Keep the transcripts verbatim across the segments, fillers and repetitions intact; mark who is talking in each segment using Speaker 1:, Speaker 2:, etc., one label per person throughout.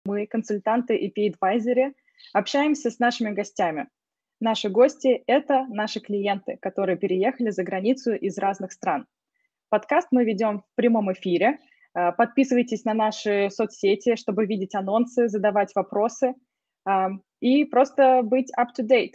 Speaker 1: Мы, консультанты и пи Advisory, общаемся с нашими гостями. Наши гости– это наши клиенты, которые переехали за границу из разных стран. Подкаст мы ведем в прямом эфире. Э, Подписывайтесь на наши соцсети, чтобы видеть анонсы, задавать вопросы э, и просто быть up-to-date.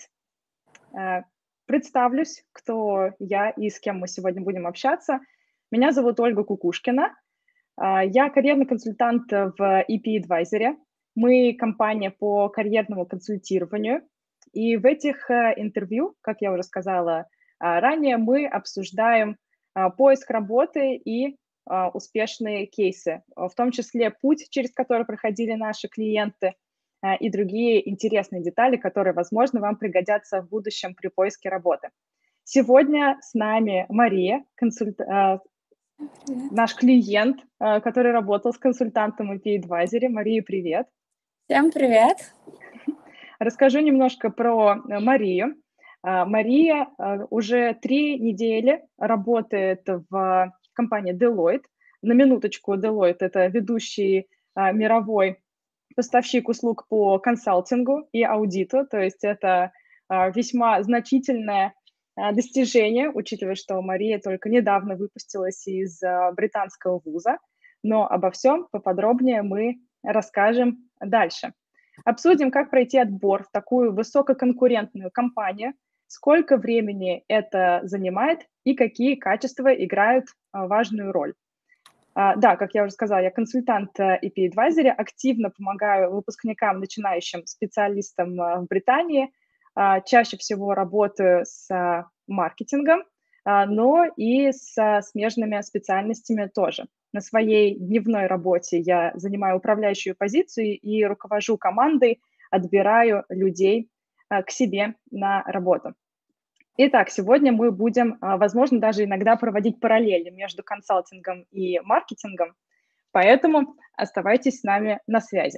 Speaker 1: Э, Представлюсь, кто я и с кем мы сегодня будем общаться. Меня зовут Ольга Кукушкина. А, Я карьерный консультант в и пи Advisory. Мы компания по карьерному консультированию. И в этих э, интервью, как я уже сказала а, ранее, мы обсуждаем а, поиск работы и а, успешные кейсы, а, в том числе путь, через который проходили наши клиенты, а, и другие интересные детали, которые, возможно, вам пригодятся в будущем при поиске работы. Сегодня с нами Мария, консульт... а,
Speaker 2: Привет.
Speaker 1: наш клиент, э, который работал с консультантом и пи Advisory. Мария, привет.
Speaker 2: Всем привет.
Speaker 1: Расскажу немножко про э, Марию. А, Мария э, уже три недели работает в компании Deloitte. На минуточку, Deloitte– это ведущий а, мировой поставщик услуг по консалтингу и аудиту, то есть это а, весьма значительное а, достижение, учитывая, что Мария только недавно выпустилась из а, британского вуза, но обо всем поподробнее мы расскажем дальше. Обсудим, как пройти отбор в такую высококонкурентную компанию, сколько времени это занимает и какие качества играют а, важную роль. А, Да, как я уже сказала, я консультант э, и пи Advisory, активно помогаю выпускникам, начинающим специалистам э, в Британии. А, Чаще всего работаю с а, маркетингом, а, но и с а, смежными специальностями тоже. На своей дневной работе я занимаю управляющую позицию и руковожу командой, отбираю людей а, к себе на работу. Итак, сегодня мы будем, а, возможно, даже иногда проводить параллели между консалтингом и маркетингом, поэтому оставайтесь с нами на связи.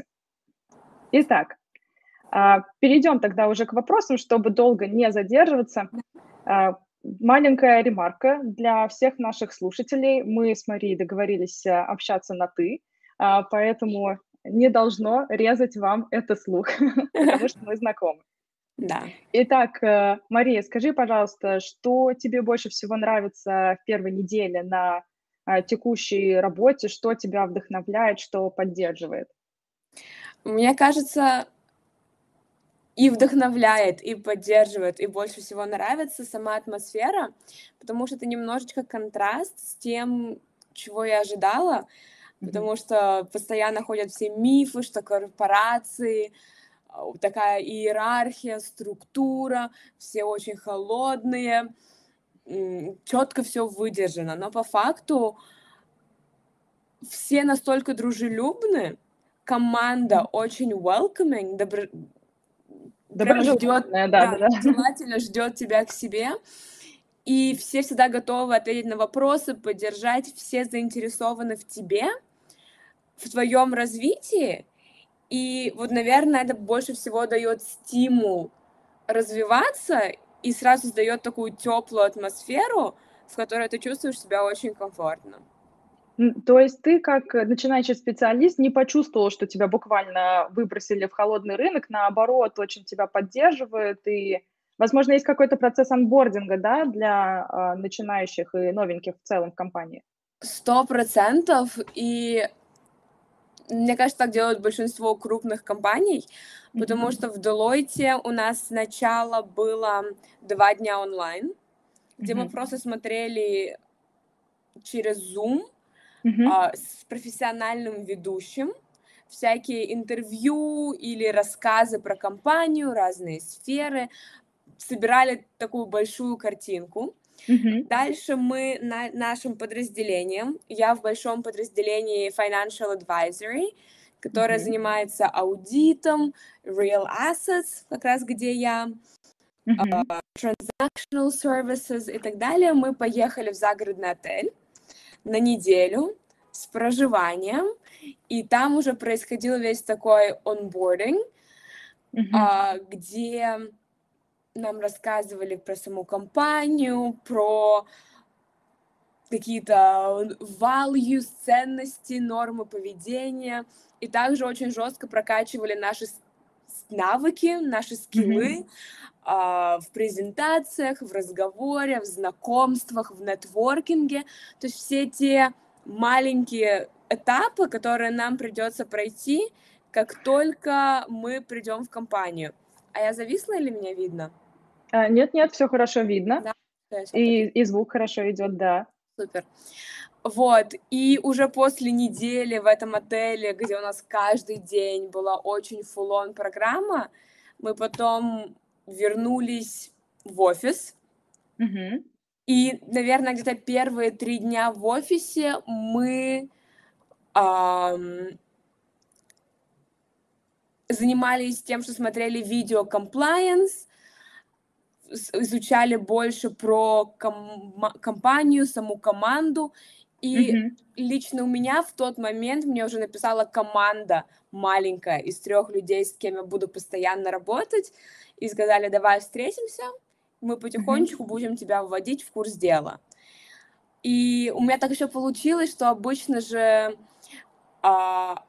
Speaker 1: Итак, а, перейдем тогда уже к вопросам, чтобы долго не задерживаться. А, Маленькая ремарка для всех наших слушателей. Мы с Марией договорились а, общаться на «ты», а, поэтому не должно резать вам это слух, потому что мы знакомы.
Speaker 2: Да.
Speaker 1: Итак, э, Мария, скажи, пожалуйста, что тебе больше всего нравится в первой неделе на а, текущей работе, что тебя вдохновляет, что поддерживает?
Speaker 2: Мне кажется, и вдохновляет, и поддерживает, и больше всего нравится сама атмосфера, потому что это немножечко контраст с тем, чего я ожидала,
Speaker 1: Мгм.
Speaker 2: потому что постоянно ходят все мифы, что корпорации, а, такая иерархия, структура, все очень холодные, четко все выдержано, но по факту все настолько дружелюбны, команда
Speaker 1: Мгм.
Speaker 2: очень welcoming, добро... прям ждет,
Speaker 1: Доброжелательная, да, да,
Speaker 2: да,
Speaker 1: да.
Speaker 2: желательно ждет тебя к себе, и все всегда готовы ответить на вопросы, поддержать, все заинтересованы в тебе, в твоем развитии, и вот, наверное, это больше всего дает стимул развиваться и сразу создает такую теплую атмосферу, в которой ты чувствуешь себя очень комфортно.
Speaker 1: М, То есть ты, как э, начинающий специалист, не почувствовал, что тебя буквально выбросили в холодный рынок, наоборот, очень тебя поддерживают, и, возможно, есть какой-то процесс анбординга, да, для а, начинающих и новеньких в целом в компании.
Speaker 2: Сто процентов, и мне кажется, так делают большинство крупных компаний, потому
Speaker 1: Мгм.
Speaker 2: что в Deloitte у нас сначала было два дня онлайн, где мы
Speaker 1: Мгм.
Speaker 2: просто смотрели через Zoom
Speaker 1: Мгм.
Speaker 2: а, с профессиональным ведущим всякие интервью или рассказы про компанию, разные сферы, собирали такую большую картинку.
Speaker 1: Мгм.
Speaker 2: Дальше мы на нашим подразделением, я в большом подразделении Financial Advisory, которое
Speaker 1: Мгм.
Speaker 2: занимается аудитом, Real Assets, как раз где я,
Speaker 1: Мгм.
Speaker 2: Transactional Services и так далее. Мы поехали в загородный отель на неделю с проживанием, и там уже происходил весь такой онбординг,
Speaker 1: Мгм.
Speaker 2: где нам рассказывали про саму компанию, про какие-то values, ценности, нормы поведения. И также очень жестко прокачивали наши навыки, наши скиллы
Speaker 1: Мгм.
Speaker 2: а, в презентациях, в разговоре, в знакомствах, в нетворкинге. То есть все те маленькие этапы, которые нам придется пройти, как только мы придем в компанию. А я зависла или меня видно?
Speaker 1: А, нет-нет, все хорошо видно,
Speaker 2: Да, все
Speaker 1: и
Speaker 2: таки
Speaker 1: и звук хорошо идет, да.
Speaker 2: супер. Вот, и уже после недели в этом отеле, где у нас каждый день была очень full-on программа, мы потом вернулись в офис.
Speaker 1: Мгм.
Speaker 2: И, наверное, где-то первые три дня в офисе мы, ам, занимались тем, что смотрели видео compliance, с изучали больше про кома компанию, саму команду. И
Speaker 1: Мгм.
Speaker 2: лично у меня в тот момент мне уже написала команда маленькая из трех людей, с кем я буду постоянно работать, и сказали: "Давай встретимся, мы
Speaker 1: Мгм.
Speaker 2: потихонечку будем тебя вводить в курс дела". И у меня так еще получилось, что обычно же, а,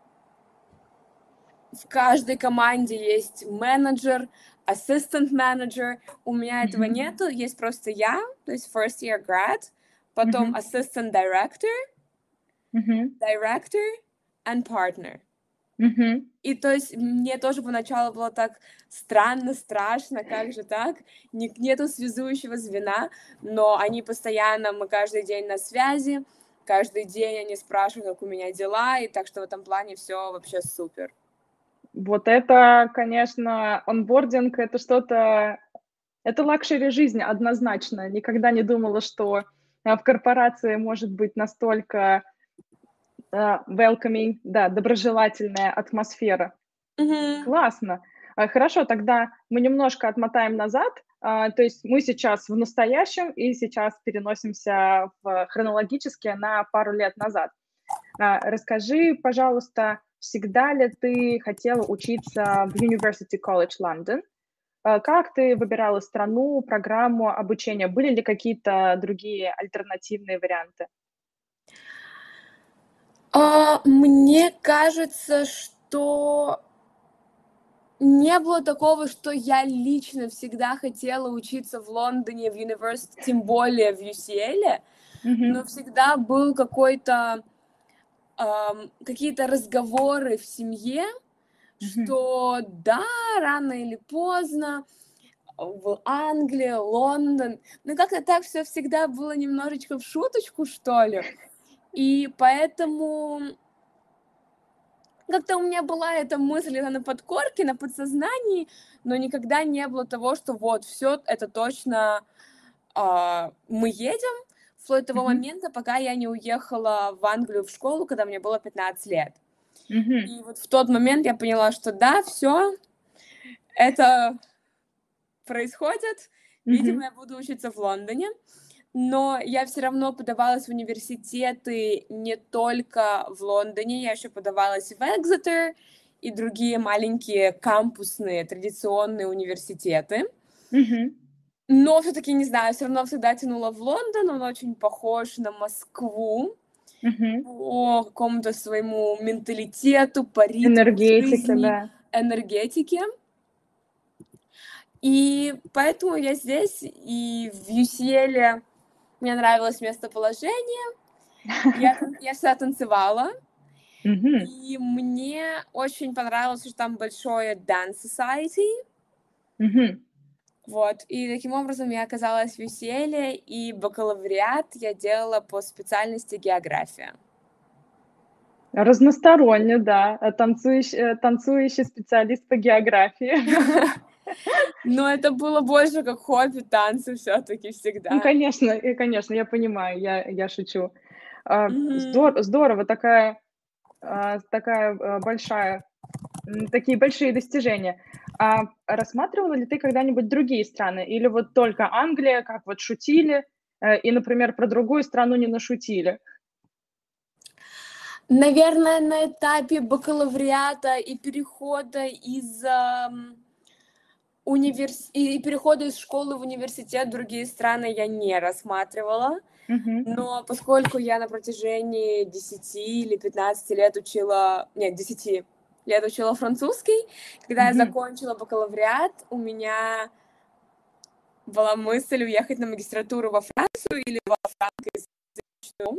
Speaker 2: в каждой команде есть менеджер, assistant manager. У меня этого
Speaker 1: Мгм.
Speaker 2: нету, есть просто я, то есть first year grad, потом
Speaker 1: Мгм.
Speaker 2: assistant director,
Speaker 1: Мгм.
Speaker 2: director and partner.
Speaker 1: Мгм.
Speaker 2: И то есть мне тоже поначалу было так странно, страшно, как же так? Не нету связующего звена, но они постоянно, мы каждый день на связи, каждый день они спрашивают, как у меня дела, и так что в этом плане все вообще супер.
Speaker 1: Вот это, конечно, онбординг — это что-то, это лакшери жизни однозначно. Никогда не думала, что, а, в корпорации может быть настолько, а, welcoming, да, доброжелательная атмосфера.
Speaker 2: Мгм.
Speaker 1: Классно. А, хорошо, тогда мы немножко отмотаем назад. А, то есть мы сейчас в настоящем и сейчас переносимся в хронологически на пару лет назад. А, расскажи, пожалуйста, всегда ли ты хотела учиться в University College London? А, как ты выбирала страну, программу обучения? Были ли какие-то другие альтернативные варианты?
Speaker 2: А, мне кажется, что не было такого, что я лично всегда хотела учиться в Лондоне, в университете, тем более в ю си эл, но
Speaker 1: Мгм.
Speaker 2: всегда был какой-то, ам, какие-то разговоры в семье,
Speaker 1: Мгм.
Speaker 2: что да, рано или поздно в Англии, Лондон, но как-то так все всегда было немножечко в шуточку, что ли. И поэтому как-то у меня была эта мысль где-то на подкорке, на подсознании, но никогда не было того, что вот все это точно, а, мы едем, вплоть до того
Speaker 1: Мгм.
Speaker 2: момента, пока я не уехала в Англию в школу, когда мне было пятнадцать лет.
Speaker 1: Мгм.
Speaker 2: И вот в тот момент я поняла, что да, все это происходит. Видимо,
Speaker 1: Мгм.
Speaker 2: я буду учиться в Лондоне. Но я все равно подавалась в университеты не только в Лондоне, я еще подавалась в Экзетер и другие маленькие кампусные традиционные университеты.
Speaker 1: Мгм.
Speaker 2: Но все таки не знаю, все равно всегда тянуло в Лондон, он очень похож на Москву
Speaker 1: Мгм.
Speaker 2: по какому-то своему менталитету, по ритму
Speaker 1: Энергетика,
Speaker 2: жизни,
Speaker 1: да.
Speaker 2: энергетике. И поэтому я здесь, и в ю си эл мне нравилось местоположение. Я тан я всегда танцевала,
Speaker 1: Мгм.
Speaker 2: и мне очень понравилось, что там большое dance society.
Speaker 1: Мгм.
Speaker 2: Вот, и таким образом я оказалась в ю си эл, и бакалавриат я делала по специальности география.
Speaker 1: Разносторонне, да. А, танцующ э, танцующий специалист по географии.
Speaker 2: Но это было больше как хобби, танцы все таки
Speaker 1: Ну,
Speaker 2: всегда.
Speaker 1: конечно, э, конечно, я понимаю, я я шучу. А,
Speaker 2: Мгм.
Speaker 1: здор здорово, такая, а, такая, а, большая, м, такие большие достижения. А рассматривала ли ты когда-нибудь другие страны или вот только Англия, как вот шутили, э, и, например, про другую страну не нашутили?
Speaker 2: Наверное, на этапе бакалавриата и перехода из, ам, универс и перехода из школы в университет в другие страны я не рассматривала.
Speaker 1: Мгм.
Speaker 2: Но поскольку я на протяжении десяти или пятнадцати лет учила, нет, десяти лет учила французский, когда я
Speaker 1: Мгм.
Speaker 2: закончила бакалавриат, у меня была мысль уехать на магистратуру во Францию или во франкоязычную,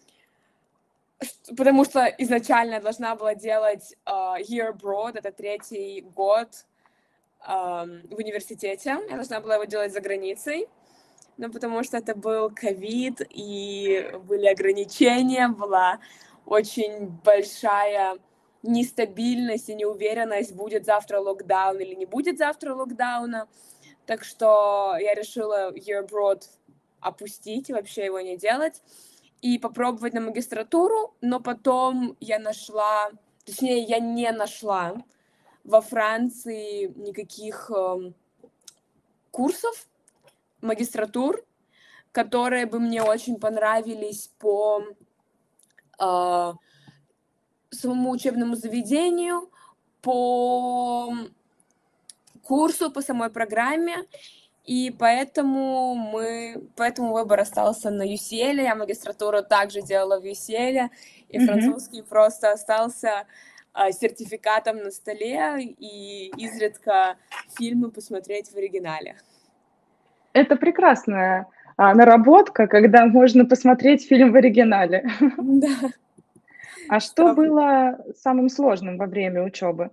Speaker 2: потому что изначально я должна была делать uh, year abroad, это третий год um, в университете, я должна была его делать за границей, но потому что это был ковид, и были ограничения, была очень большая нестабильность и неуверенность, будет завтра локдаун или не будет завтра локдауна. Так что я решила year abroad опустить и вообще его не делать. И попробовать на магистратуру, но потом я нашла, точнее, я не нашла во Франции никаких э, курсов, магистратур, которые бы мне очень понравились по э, самому учебному заведению, по курсу, по самой программе. И поэтому мы, поэтому выбор остался на ю си эл, я магистратуру также делала в ю си эл, и
Speaker 1: Мгм.
Speaker 2: французский просто остался а, сертификатом на столе, и изредка фильмы посмотреть в оригинале.
Speaker 1: Это прекрасная а, наработка, когда можно посмотреть фильм в оригинале.
Speaker 2: Да.
Speaker 1: А что
Speaker 2: Чтоб-
Speaker 1: было самым сложным во время учебы?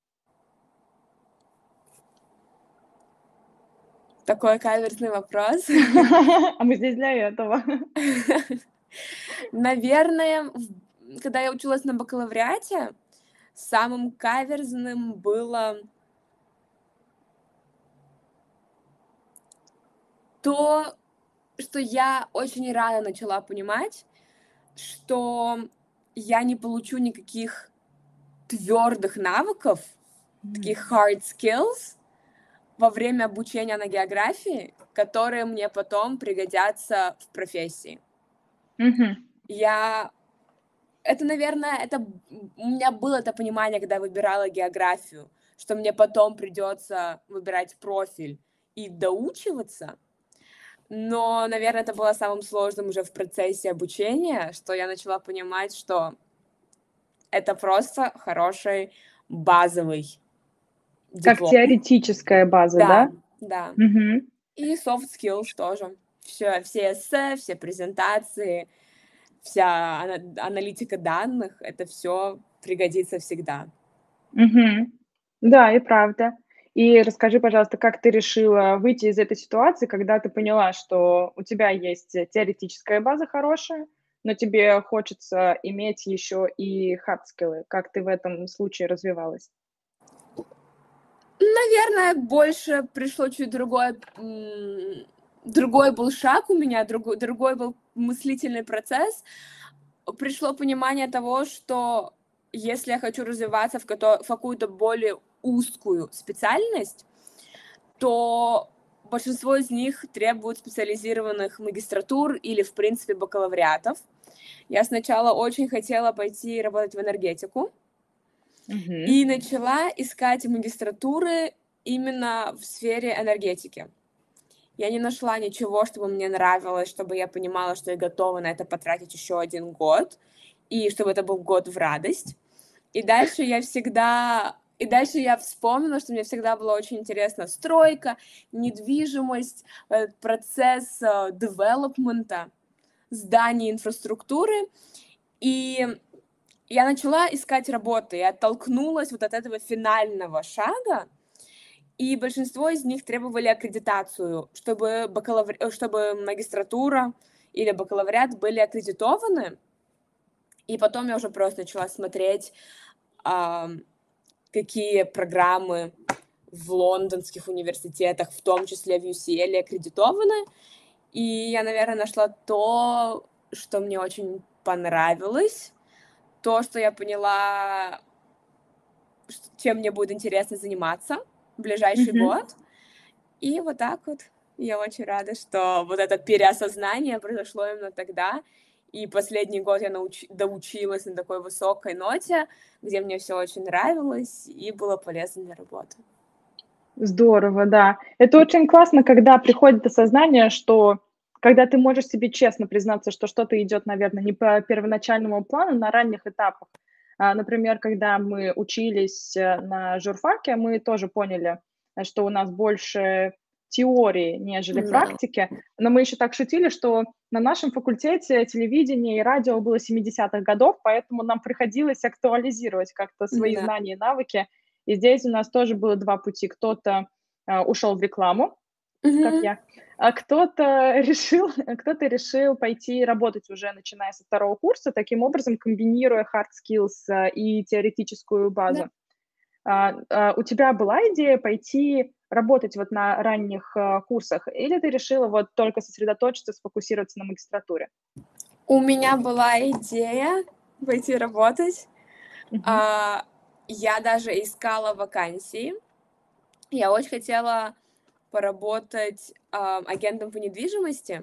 Speaker 2: Такой каверзный вопрос.
Speaker 1: А мы здесь для этого.
Speaker 2: Наверное, в- когда я училась на бакалавриате, самым каверзным было то, что я очень рано начала понимать, что я не получу никаких твердых навыков, таких hard skills во время обучения на географии, которые мне потом пригодятся в профессии.
Speaker 1: Мгм.
Speaker 2: Я... Это, наверное, это... у меня было это понимание, когда я выбирала географию, что мне потом придется выбирать профиль и доучиваться. Но, наверное, это было самым сложным уже в процессе обучения, что я начала понимать, что это просто хороший базовый
Speaker 1: Как
Speaker 2: диплом.
Speaker 1: теоретическая база,
Speaker 2: Да,
Speaker 1: да?
Speaker 2: да.
Speaker 1: Мгм.
Speaker 2: И soft skills тоже. Все, все эссе, все презентации, вся ана- аналитика данных, это все пригодится всегда.
Speaker 1: Мгм. Да, и правда. И расскажи, пожалуйста, как ты решила выйти из этой ситуации, когда ты поняла, что у тебя есть э, теоретическая база хорошая, но тебе хочется иметь еще и hard-скиллы. Как ты в этом случае развивалась?
Speaker 2: Наверное, больше пришло чуть другое, м, другой был шаг у меня, другой, другой был мыслительный процесс. Пришло понимание того, что если я хочу развиваться в, кото- в какую-то более узкую специальность, то большинство из них требуют специализированных магистратур или, в принципе, бакалавриатов. Я сначала очень хотела пойти работать в энергетику
Speaker 1: Мгм.
Speaker 2: и начала искать магистратуры именно в сфере энергетики. Я не нашла ничего, чтобы мне нравилось, чтобы я понимала, что я готова на это потратить еще один год, и чтобы это был год в радость. И дальше я всегда... И дальше я вспомнила, что мне всегда была очень интересна стройка, недвижимость, э, процесс э, девелопмента, зданий, инфраструктуры. И я начала искать работы и оттолкнулась вот от этого финального шага, и большинство из них требовали аккредитацию, чтобы, бакалаври... э, чтобы магистратура или бакалавриат были аккредитованы. И потом я уже просто начала смотреть, а, какие программы в лондонских университетах, в том числе в ю си эл, аккредитованы. И я, наверное, нашла то, что мне очень понравилось, то, что я поняла, ш- чем мне будет интересно заниматься в ближайший
Speaker 1: Мгм.
Speaker 2: год. И вот так вот. Я очень рада, что вот это переосознание произошло именно тогда. И последний год я науч... доучилась на такой высокой ноте, где мне все очень нравилось и было полезно для работы.
Speaker 1: Здорово, да. Это очень классно, когда приходит осознание, что Когда ты можешь себе честно признаться, что что-то идет, наверное, не по первоначальному плану на ранних этапах. А, например, когда мы учились, э, на журфаке, мы тоже поняли, э, что у нас больше теории, нежели
Speaker 2: Да,
Speaker 1: практики. Но мы еще так шутили, что на нашем факультете телевидение и радио было семидесятых годов, поэтому нам приходилось актуализировать как-то свои
Speaker 2: да.
Speaker 1: знания и навыки. И здесь у нас тоже было два пути. Кто-то, а, ушел в рекламу, как
Speaker 2: Мгм.
Speaker 1: я, а кто-то решил кто-то решил пойти работать уже начиная со второго курса, таким образом комбинируя hard skills, а, и теоретическую
Speaker 2: Да.
Speaker 1: базу. А, а, у тебя была идея пойти работать вот на ранних, а, курсах, или ты решила вот только сосредоточиться, сфокусироваться на магистратуре?
Speaker 2: У меня была идея пойти работать.
Speaker 1: Мгм.
Speaker 2: А, я даже искала вакансии. Я очень хотела поработать, ам, агентом по недвижимости.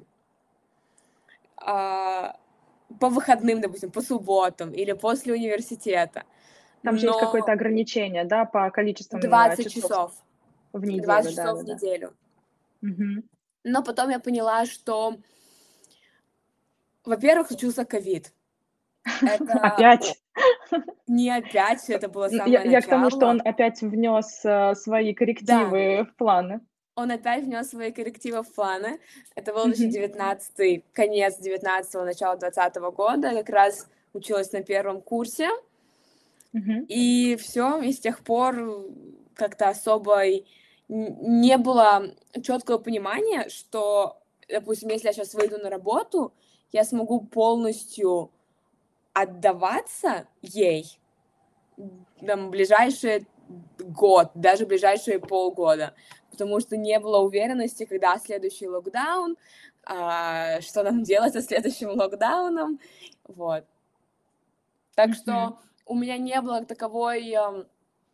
Speaker 2: А, по выходным, допустим, по субботам или после университета.
Speaker 1: Там же есть какое-то
Speaker 2: Но
Speaker 1: ограничение, да, по количествам, а,
Speaker 2: двадцать
Speaker 1: часов
Speaker 2: часов,
Speaker 1: в
Speaker 2: двадцать
Speaker 1: неделю.
Speaker 2: часов в
Speaker 1: Да-да-да.
Speaker 2: неделю.
Speaker 1: Мгм.
Speaker 2: Но потом я поняла, что, во-первых, случился ковид. Это о
Speaker 1: Опять?
Speaker 2: не опять, это было
Speaker 1: Н я
Speaker 2: самое
Speaker 1: я к тому, что он
Speaker 2: начало.
Speaker 1: опять внес, э, свои
Speaker 2: Да,
Speaker 1: коррективы в планы.
Speaker 2: он опять внес свои коррективы в планы. Это был
Speaker 1: Мгм.
Speaker 2: две тысячи девятнадцатый, конец девятнадцатого, начало двадцатого года. Я как раз училась на первом курсе.
Speaker 1: Мгм.
Speaker 2: И все, и с тех пор как-то особо и н не было четкого понимания, что, допустим, если я сейчас выйду на работу, я смогу полностью отдаваться ей, м, там, ближайшие год, даже ближайшие полгода, потому что не было уверенности, когда следующий локдаун, а, что нам делать со следующим локдауном. Вот. Так
Speaker 1: Мгм.
Speaker 2: что у меня не было таковой, ам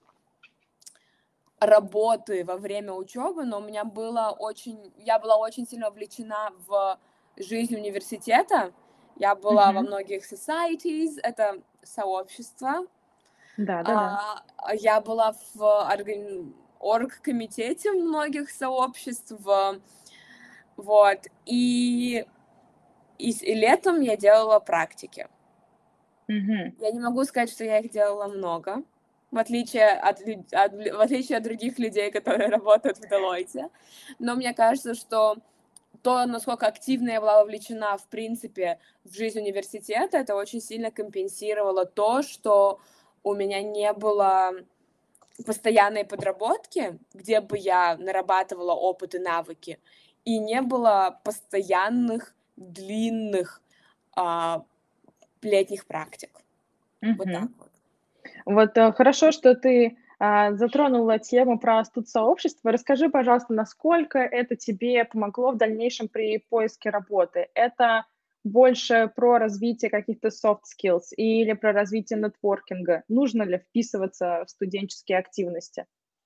Speaker 2: работы во время учебы, но у меня было очень я была очень сильно вовлечена в жизнь университета. Я была во
Speaker 1: Мгм.
Speaker 2: многих societies, это сообщества.
Speaker 1: Да-да-да.
Speaker 2: А, я была в орган оргкомитете многих сообществ, вот. И и с и летом я делала практики.
Speaker 1: Мгм.
Speaker 2: Я не могу сказать, что я их делала много, в отличие от лю от в отличие от других людей, которые работают в Deloitte. Но мне кажется, что то, насколько активно я была вовлечена, в принципе, в жизнь университета, это очень сильно компенсировало то, что у меня не было постоянной подработки, где бы я нарабатывала опыт и навыки, и не было постоянных длинных, а, летних практик. Вот так
Speaker 1: Мгм.
Speaker 2: вот.
Speaker 1: Вот, э, хорошо, что ты, а, затронула тему про студсообщество. Расскажи, пожалуйста, насколько это тебе помогло в дальнейшем при поиске работы? Это больше про развитие каких-то soft skills или про развитие нетворкинга? Нужно ли вписываться в студенческие активности?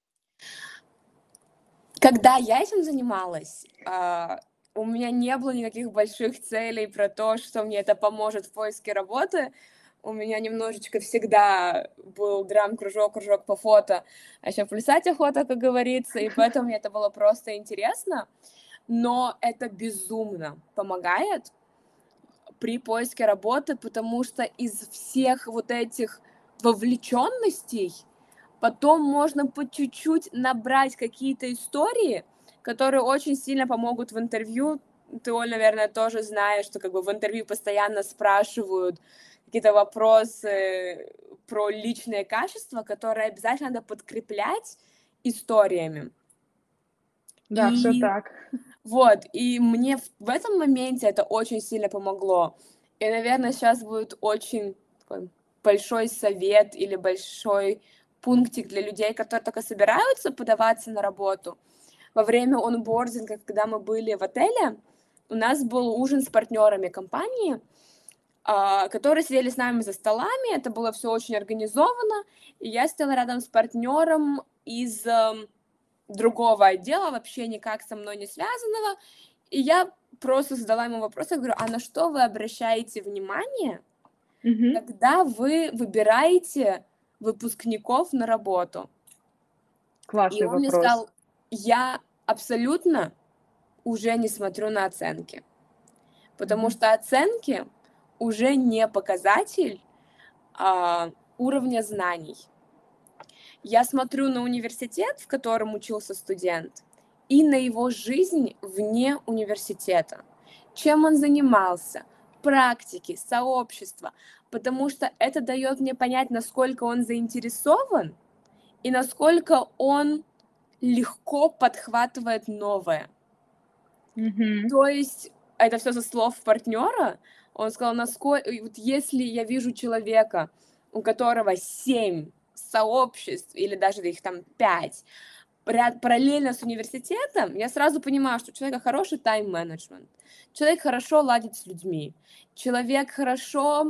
Speaker 2: Когда я этим занималась, а, у меня не было никаких больших целей про то, что мне это поможет в поиске работы. У меня немножечко всегда был драм-кружок, кружок по фото, а еще плясать охота, как говорится, и поэтому мне это было просто интересно. Но это безумно помогает при поиске работы, потому что из всех вот этих вовлеченностей потом можно по чуть-чуть набрать какие-то истории, которые очень сильно помогут в интервью. Ты, Оль, наверное, тоже знаешь, что как бы в интервью постоянно спрашивают какие-то вопросы про личные качества, которые обязательно надо подкреплять историями.
Speaker 1: Да, все
Speaker 2: И
Speaker 1: так.
Speaker 2: вот, и мне в в этом моменте это очень сильно помогло. И, наверное, сейчас будет очень такой большой совет или большой пунктик для людей, которые только собираются подаваться на работу. Во время онбординга, когда мы были в отеле, у нас был ужин с партнерами компании, а, которые сидели с нами за столами. Это было все очень организовано. И я сидела рядом с партнером из, эм, другого отдела, вообще никак со мной не связанного. И я просто задала ему вопрос, я говорю: "А на что вы обращаете внимание,
Speaker 1: Мгм.
Speaker 2: когда вы выбираете выпускников на работу?" И
Speaker 1: Классный
Speaker 2: он мне
Speaker 1: вопрос.
Speaker 2: сказал: "Я абсолютно уже не смотрю на оценки. потому
Speaker 1: Мгм.
Speaker 2: что оценки уже не показатель а, уровня знаний. Я смотрю на университет, в котором учился студент, и на его жизнь вне университета. Чем он занимался, практики, сообщества, потому что это дает мне понять, насколько он заинтересован и насколько он легко подхватывает новое.
Speaker 1: Мгм.
Speaker 2: То есть это все со слов партнера. Он сказал, насколько, вот если я вижу человека, у которого семь сообществ, или даже их там пять, параллельно с университетом, я сразу понимаю, что у человека хороший тайм-менеджмент, человек хорошо ладит с людьми, человек хорошо...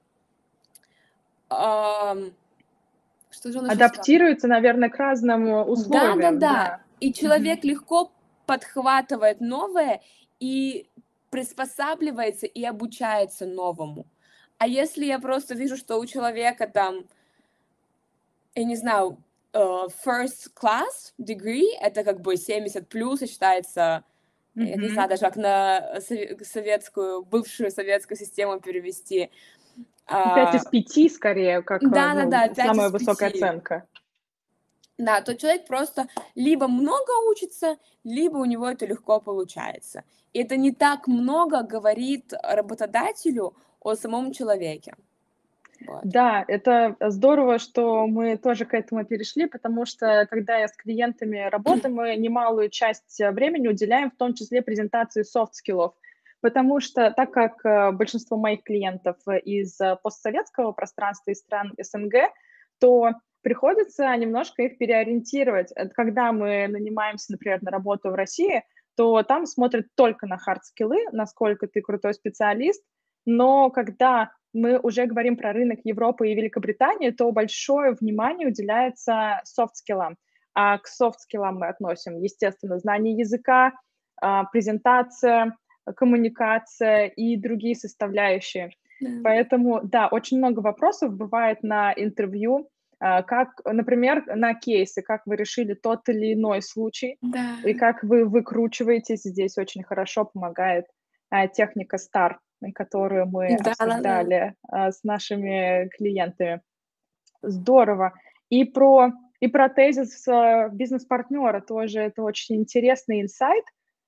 Speaker 2: ам, что же он еще сказал?
Speaker 1: Адаптируется, наверное, к разным э, условиям,
Speaker 2: Да-да-да.
Speaker 1: да.
Speaker 2: И
Speaker 1: Мгм.
Speaker 2: человек легко подхватывает новое и приспосабливается и обучается новому. А если я просто вижу, что у человека там, я не знаю, э, first class degree, это как бы семьдесят плюс и считается, я не
Speaker 1: Мгм.
Speaker 2: знаю даже, как на сове- советскую, бывшую советскую систему перевести.
Speaker 1: Пять
Speaker 2: А,
Speaker 1: из пяти, скорее, как э, ну,
Speaker 2: Да-да-да, пять
Speaker 1: самая
Speaker 2: из
Speaker 1: высокая
Speaker 2: пяти.
Speaker 1: оценка.
Speaker 2: Да, то человек просто либо много учится, либо у него это легко получается. И это не так много говорит работодателю о самом человеке. Вот.
Speaker 1: Да, это здорово, что мы тоже к этому перешли, потому что, когда я с клиентами работаю, мы немалую часть э, времени уделяем в том числе презентации софт-скиллов. Потому что, так как э, большинство моих клиентов э, из э, постсоветского пространства, из стран СНГ, то приходится немножко их переориентировать. Э, Когда мы нанимаемся, например, на работу в России, то там смотрят только на хард-скиллы, насколько ты крутой специалист, но когда мы уже говорим про рынок Европы и Великобритании, то большое внимание уделяется софт-скиллам. А к софт-скиллам мы относим, естественно, знание языка, а, презентация, коммуникация и другие составляющие.
Speaker 2: Да.
Speaker 1: Поэтому, да, очень много вопросов бывает на интервью, а, как, например, на кейсы, как вы решили тот или иной случай,
Speaker 2: Да.
Speaker 1: и как вы выкручиваетесь. Здесь очень хорошо помогает а, техника стар, которую мы
Speaker 2: Да-да-да.
Speaker 1: обсуждали а, с нашими клиентами. Здорово. И про, и про тезис а, бизнес-партнера тоже это очень интересный инсайт,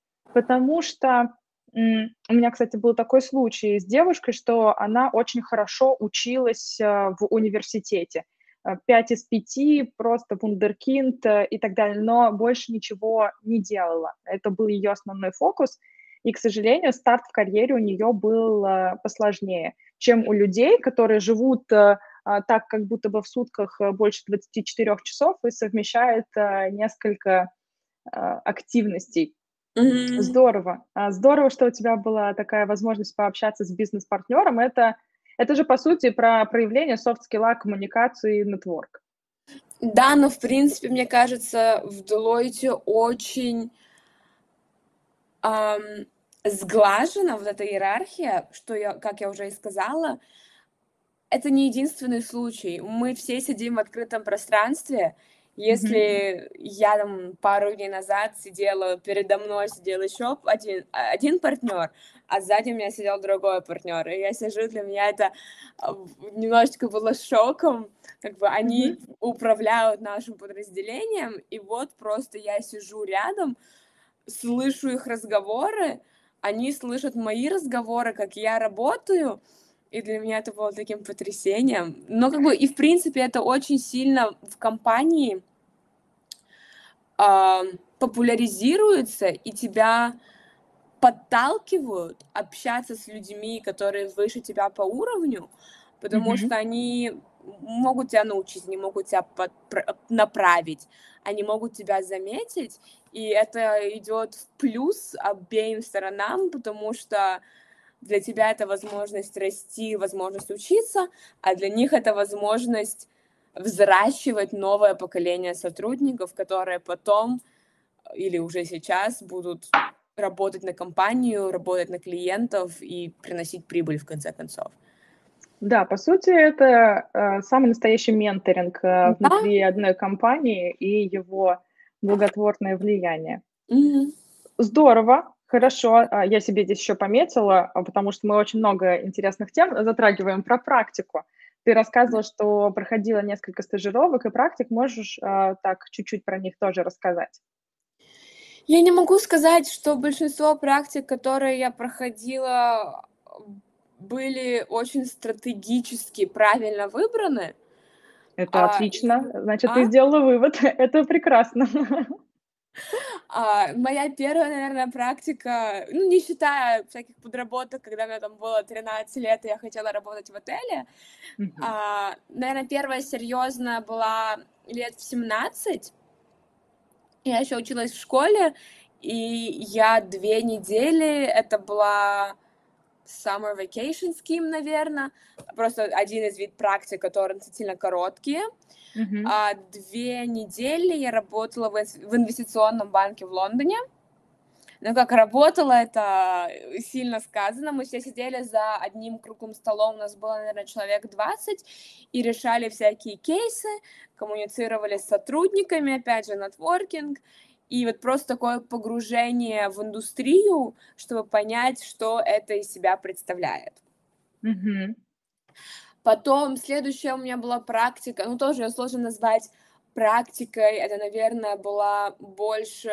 Speaker 1: потому что м, у меня, кстати, был такой случай с девушкой, что она очень хорошо училась а, в университете. А, Пять из пяти, просто вундеркинд э, и так далее, но больше ничего не делала. Это был ее основной фокус. И, к сожалению, старт в карьере у нее был а, посложнее, чем у людей, которые живут а, а, так, как будто бы в сутках а, больше двадцати четырёх часов и совмещают а, несколько а, активностей.
Speaker 2: Мгм.
Speaker 1: Здорово. А, здорово, что у тебя была такая возможность пообщаться с бизнес-партнером. Это это же, по сути, про проявление софт-скилла, коммуникацию и нетворк.
Speaker 2: Да, но в принципе, мне кажется, в Deloitte очень ам, сглажена вот эта иерархия, что я, как я уже и сказала, это не единственный случай. Мы все сидим в открытом пространстве.
Speaker 1: Мгм.
Speaker 2: Если я там пару дней назад сидела, передо мной сидел еще один, один партнер, а сзади меня сидел другой партнер, и я сижу, для меня это а, в- немножечко было шоком, как бы они
Speaker 1: Мгм.
Speaker 2: управляют нашим подразделением, и вот просто я сижу рядом, слышу их разговоры, они слышат мои разговоры, как я работаю, и для меня это было таким потрясением. Но как бы и в принципе это очень сильно в компании а, популяризируется, и тебя подталкивают общаться с людьми, которые выше тебя по уровню, потому
Speaker 1: Мгм.
Speaker 2: что они могут тебя научить, они могут тебя подпра- направить, они могут тебя заметить, и это идет в плюс обеим сторонам, потому что для тебя это возможность расти, возможность учиться, а для них это возможность взращивать новое поколение сотрудников, которые потом или уже сейчас будут работать на компанию, работать на клиентов и приносить прибыль в конце концов.
Speaker 1: Да, по сути, это э, самый настоящий менторинг э,
Speaker 2: Да.
Speaker 1: внутри одной компании и его благотворное влияние.
Speaker 2: Мгм.
Speaker 1: Здорово. Хорошо, а, я себе здесь еще пометила, а, потому что мы очень много интересных тем затрагиваем про практику. Ты рассказывала, что проходила несколько стажировок и практик. Можешь, а, так чуть-чуть про них тоже рассказать?
Speaker 2: Я не могу сказать, что большинство практик, которые я проходила, были очень стратегически правильно выбраны.
Speaker 1: Это
Speaker 2: А,
Speaker 1: отлично. Значит, ты
Speaker 2: а?
Speaker 1: сделала вывод. Это прекрасно.
Speaker 2: А, моя первая, наверное, практика, ну, не считая всяких подработок, когда мне там было тринадцать лет, и я хотела работать в отеле,
Speaker 1: Мгм.
Speaker 2: а, наверное, первая серьезная была лет в семнадцать. Я еще училась в школе, и я две недели, это была summer vacation scheme, наверное, просто один из вид практик, которые относительно короткие.
Speaker 1: Мгм.
Speaker 2: А две недели я работала в инс- в инвестиционном банке в Лондоне. Ну, как работала, это сильно сказано. Мы все сидели за одним круглым столом, у нас было, наверное, человек двадцать, и решали всякие кейсы, коммуницировали с сотрудниками, опять же, нетворкинг, и вот просто такое погружение в индустрию, чтобы понять, что это из себя представляет.
Speaker 1: Мгм.
Speaker 2: Потом следующая у меня была практика, ну, тоже ее сложно назвать практикой, это, наверное, была больше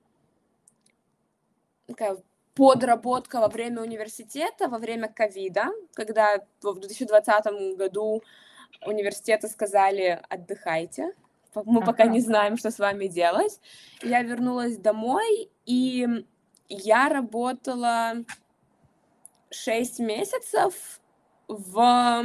Speaker 2: такая подработка во время университета, во время ковида, когда в две тысячи двадцатом году университеты сказали: отдыхайте, мы пока
Speaker 1: Ага.
Speaker 2: не знаем, что с вами делать. Я вернулась домой, и я работала шесть месяцев в,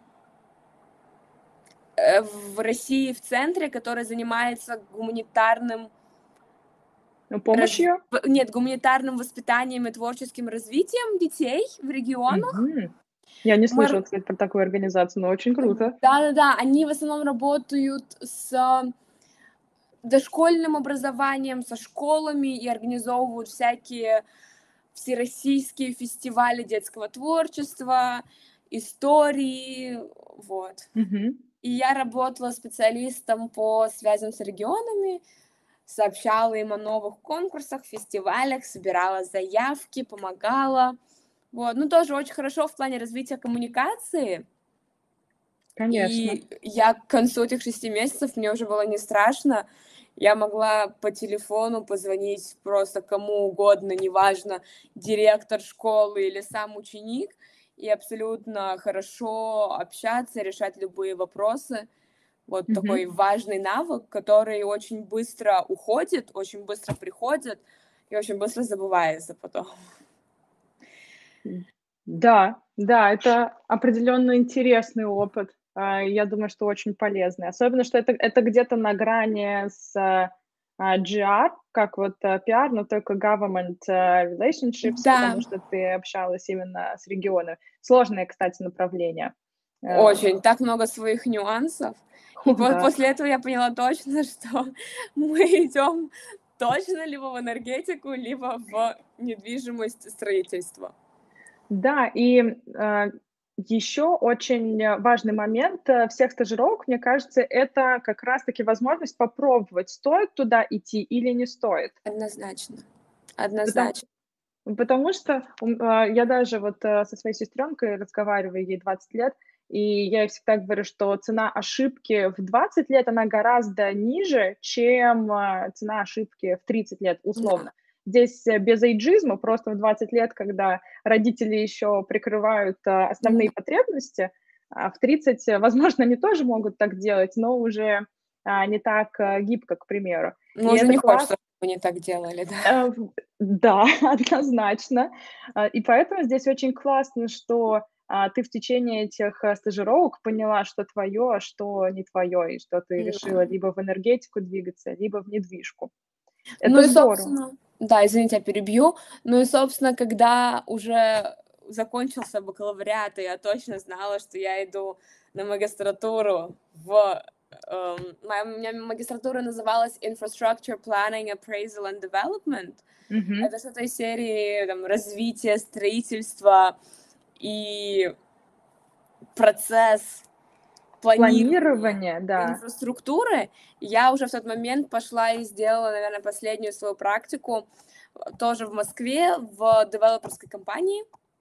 Speaker 2: э, в России, в центре, который занимается гуманитарным
Speaker 1: Ну,
Speaker 2: раз...
Speaker 1: помощью?
Speaker 2: нет, гуманитарным воспитанием и творческим развитием детей в регионах.
Speaker 1: Мгм. Я не
Speaker 2: Мы
Speaker 1: слышала, кстати, про такую организацию, но очень круто.
Speaker 2: Да-да-да, они в основном работают с дошкольным образованием, со школами и организовывают всякие всероссийские фестивали детского творчества, истории, вот.
Speaker 1: Мгм.
Speaker 2: И я работала специалистом по связям с регионами, сообщала им о новых конкурсах, фестивалях, собирала заявки, помогала. Вот. Ну, тоже очень хорошо в плане развития коммуникации.
Speaker 1: Конечно.
Speaker 2: И я к концу этих шести месяцев, мне уже было не страшно. Я могла по телефону позвонить просто кому угодно, неважно, директор школы или сам ученик, и абсолютно хорошо общаться, решать любые вопросы. Вот
Speaker 1: Мгм.
Speaker 2: такой важный навык, который очень быстро уходит, очень быстро приходит и очень быстро забывается потом.
Speaker 1: М. Да, да, это определенно интересный опыт. А, я думаю, что очень полезный. Особенно, что это это где-то на грани с, а, джи ар, как вот, а, пиар, но только government, а, relationships,
Speaker 2: Да,
Speaker 1: потому что ты общалась именно с регионами. Сложное, кстати, направление. Э,
Speaker 2: очень, так много своих нюансов. И вот
Speaker 1: да.
Speaker 2: после этого я поняла точно, что мы идем точно либо в энергетику, либо в недвижимость, строительство.
Speaker 1: Да, и, э, еще очень э, важный момент, э, всех стажировок, мне кажется, это как раз таки возможность попробовать, стоит туда идти или не стоит.
Speaker 2: Однозначно,
Speaker 1: Потом
Speaker 2: однозначно.
Speaker 1: потому что, ум а, я даже вот, э, со своей сестренкой разговариваю, ей двадцать лет, и я ей всегда говорю, что цена ошибки в двадцать лет, она гораздо ниже, чем, а, цена ошибки в тридцать лет,
Speaker 2: Да.
Speaker 1: условно. Здесь, э, без эйджизма, просто в двадцать лет, когда родители еще прикрывают, а, основные
Speaker 2: Да.
Speaker 1: потребности, а в тридцать, э, возможно, они тоже могут так делать, но уже, а, не так, э, гибко, к примеру.
Speaker 2: Ну,
Speaker 1: И
Speaker 2: уже
Speaker 1: это
Speaker 2: не
Speaker 1: класс.
Speaker 2: хочется, чтобы они так делали, да.
Speaker 1: Э, в да, однозначно. А, и поэтому здесь очень классно, что, а, ты в течение этих, э, стажировок поняла, что твое, а что не твое, и что ты
Speaker 2: Да.
Speaker 1: решила либо в энергетику двигаться, либо в недвижку.
Speaker 2: Ну
Speaker 1: Это
Speaker 2: и,
Speaker 1: здорово.
Speaker 2: собственно, да, извините, я перебью. Ну и, собственно, когда уже закончился бакалавриат, и я точно знала, что я иду на магистратуру в... эм, моя, у меня магистратура называлась Infrastructure Planning, Appraisal and Development.
Speaker 1: Мгм.
Speaker 2: Это что-то из серии там, развития, строительства и процесс планирования
Speaker 1: Планирование, да.
Speaker 2: инфраструктуры. Я уже в тот момент пошла и сделала, наверное, последнюю свою практику тоже в Москве, в девелоперской компании.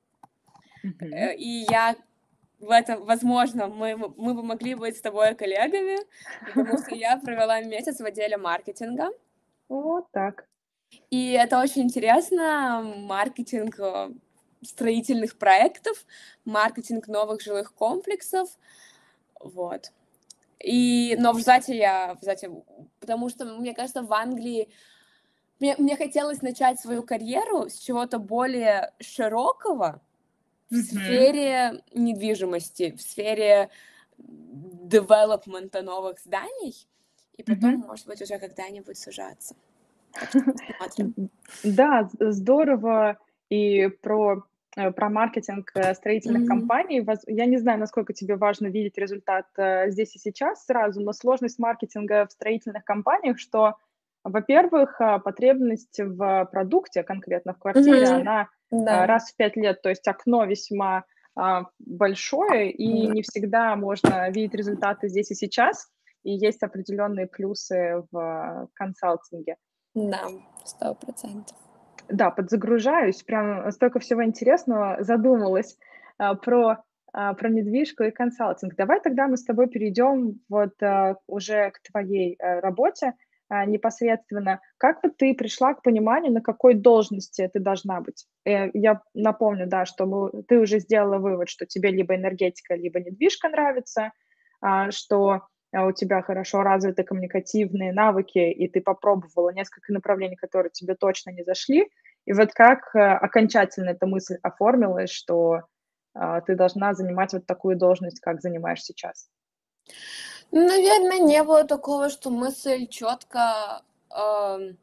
Speaker 1: Мгм.
Speaker 2: И я в этом, возможно, мы, мы бы могли быть с тобой коллегами, потому что я провела месяц в отделе маркетинга.
Speaker 1: Вот так.
Speaker 2: И это очень интересно, маркетинг э, строительных проектов, маркетинг новых жилых комплексов, вот. И, но в Зате я, в Зате, потому что, мне кажется, в Англии мне, мне хотелось начать свою карьеру с чего-то более широкого в
Speaker 1: Мгм.
Speaker 2: сфере недвижимости, в сфере девелопмента новых зданий, и потом,
Speaker 1: Мгм.
Speaker 2: может быть, уже когда-нибудь сужаться. Так что посмотрим.
Speaker 1: М, Да, з- здорово. И про, э, про маркетинг э, строительных
Speaker 2: Мгм.
Speaker 1: компаний. Воз- Я не знаю, насколько тебе важно видеть результат э, здесь и сейчас сразу, но сложность маркетинга в строительных компаниях, что, во-первых, а, потребность в продукте, конкретно в квартире,
Speaker 2: Мгм.
Speaker 1: она
Speaker 2: Да,
Speaker 1: а, раз в пять лет, то есть окно весьма а, большое, и
Speaker 2: да,
Speaker 1: не всегда можно видеть результаты здесь и сейчас, и есть определенные плюсы в а, консалтинге.
Speaker 2: да, сто процентов.
Speaker 1: Да, подзагружаюсь, прям столько всего интересного, задумалась, а, про, а, про недвижку и консалтинг. Давай тогда мы с тобой перейдем вот, а, уже к твоей, э, работе, а, непосредственно. Как вот ты пришла к пониманию, на какой должности ты должна быть? Э, я напомню, да, что мы ты уже сделала вывод, что тебе либо энергетика, либо недвижка нравится, а, что, а, у тебя хорошо развиты коммуникативные навыки, и ты попробовала несколько направлений, которые тебе точно не зашли. И вот как, э, окончательно эта мысль оформилась, что, а, ты должна занимать вот такую должность, как занимаешь сейчас?
Speaker 2: Наверное, не было такого, что мысль четко ам,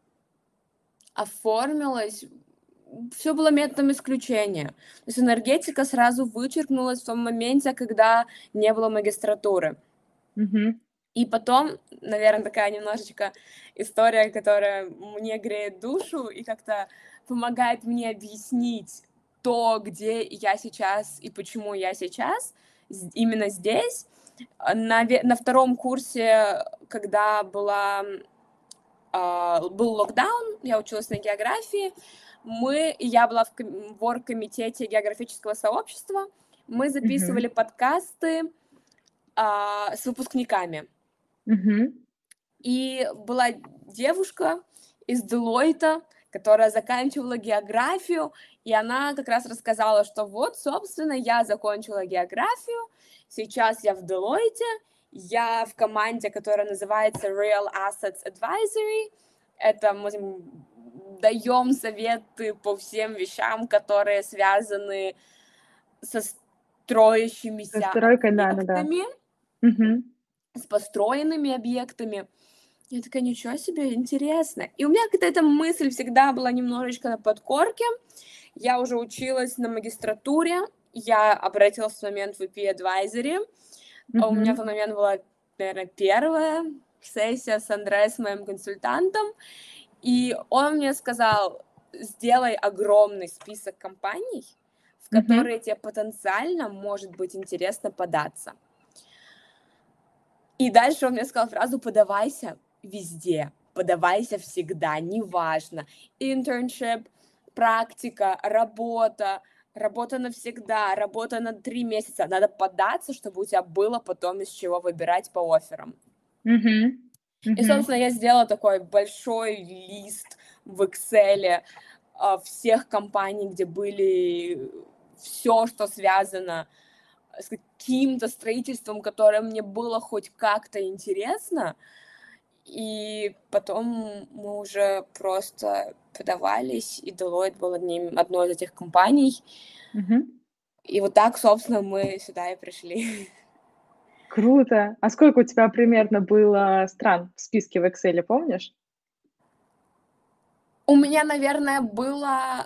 Speaker 2: оформилась. Все было методом исключения. То есть энергетика сразу вычеркнулась в том моменте, когда не было магистратуры.
Speaker 1: Мгм.
Speaker 2: И потом, наверное, такая немножечко история, которая мне греет душу и как-то помогает мне объяснить то, где я сейчас и почему я сейчас, з- именно здесь. А, На, ве- на втором курсе, когда была, а, был локдаун, я училась на географии, мы, и я была в, ком- в оргкомитете географического сообщества, мы
Speaker 1: Мгм.
Speaker 2: записывали подкасты а, с выпускниками.
Speaker 1: Мгм.
Speaker 2: И была девушка из Делойта, которая заканчивала географию, и она как раз рассказала, что вот, собственно, я закончила географию, сейчас я в Делойте, я в команде, которая называется Real Assets Advisory. Это мы даем советы по всем вещам, которые связаны со
Speaker 1: Со
Speaker 2: строящимися
Speaker 1: стройкой, да-да-да.
Speaker 2: объектами,
Speaker 1: Мгм.
Speaker 2: с построенными объектами. Я такая, ничего себе, интересно. И у меня какая-то мысль всегда была немножечко на подкорке. Я уже училась на магистратуре, я обратилась в момент в ви пи Advisory. А у меня в
Speaker 1: Мгм.
Speaker 2: тот момент была, наверное, первая сессия с Андре, с моим консультантом, и он мне сказал, сделай огромный список компаний, в
Speaker 1: Мгм.
Speaker 2: которые тебе потенциально может быть интересно податься. И дальше он мне сказал фразу «подавайся везде, подавайся всегда, неважно». Internship, практика, работа, работа навсегда, работа на три месяца. Надо податься, чтобы у тебя было потом из чего выбирать по офферам.
Speaker 1: Мгм.
Speaker 2: И,
Speaker 1: Мгм.
Speaker 2: собственно, я сделала такой большой лист в Excel а, всех компаний, где были все, что связано с каким-то строительством, которое мне было хоть как-то интересно. И потом мы уже просто подавались, и Deloitte был одним, одной из этих компаний.
Speaker 1: Мгм.
Speaker 2: И вот так, собственно, мы сюда и пришли.
Speaker 1: Круто. А сколько у тебя примерно было стран в списке в «Экселе», помнишь?
Speaker 2: У меня, наверное, было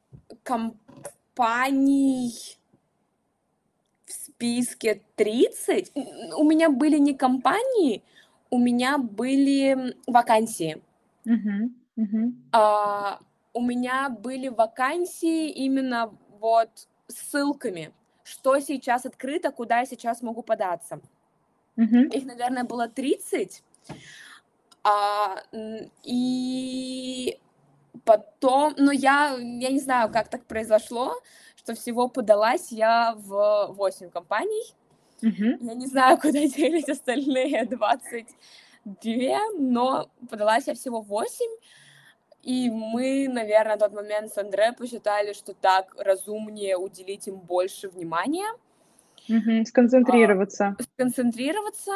Speaker 2: компаний в списке тридцать. У меня были не компании, у меня были вакансии.
Speaker 1: Мгм. Мгм.
Speaker 2: А, у меня были вакансии именно вот с ссылками, что сейчас открыто, куда я сейчас могу податься.
Speaker 1: Мгм.
Speaker 2: Их, наверное, было тридцать. А, м, и потом, ну, я, я не знаю, как так произошло, что всего подалась я в восемь компаний.
Speaker 1: Мгм.
Speaker 2: Я не знаю, куда делись остальные двадцать две, но подалась я всего в восемь. И мы, наверное, на тот момент с Андре посчитали, что так разумнее уделить им больше внимания,
Speaker 1: Мгм.
Speaker 2: а,
Speaker 1: Сконцентрироваться.
Speaker 2: сконцентрироваться.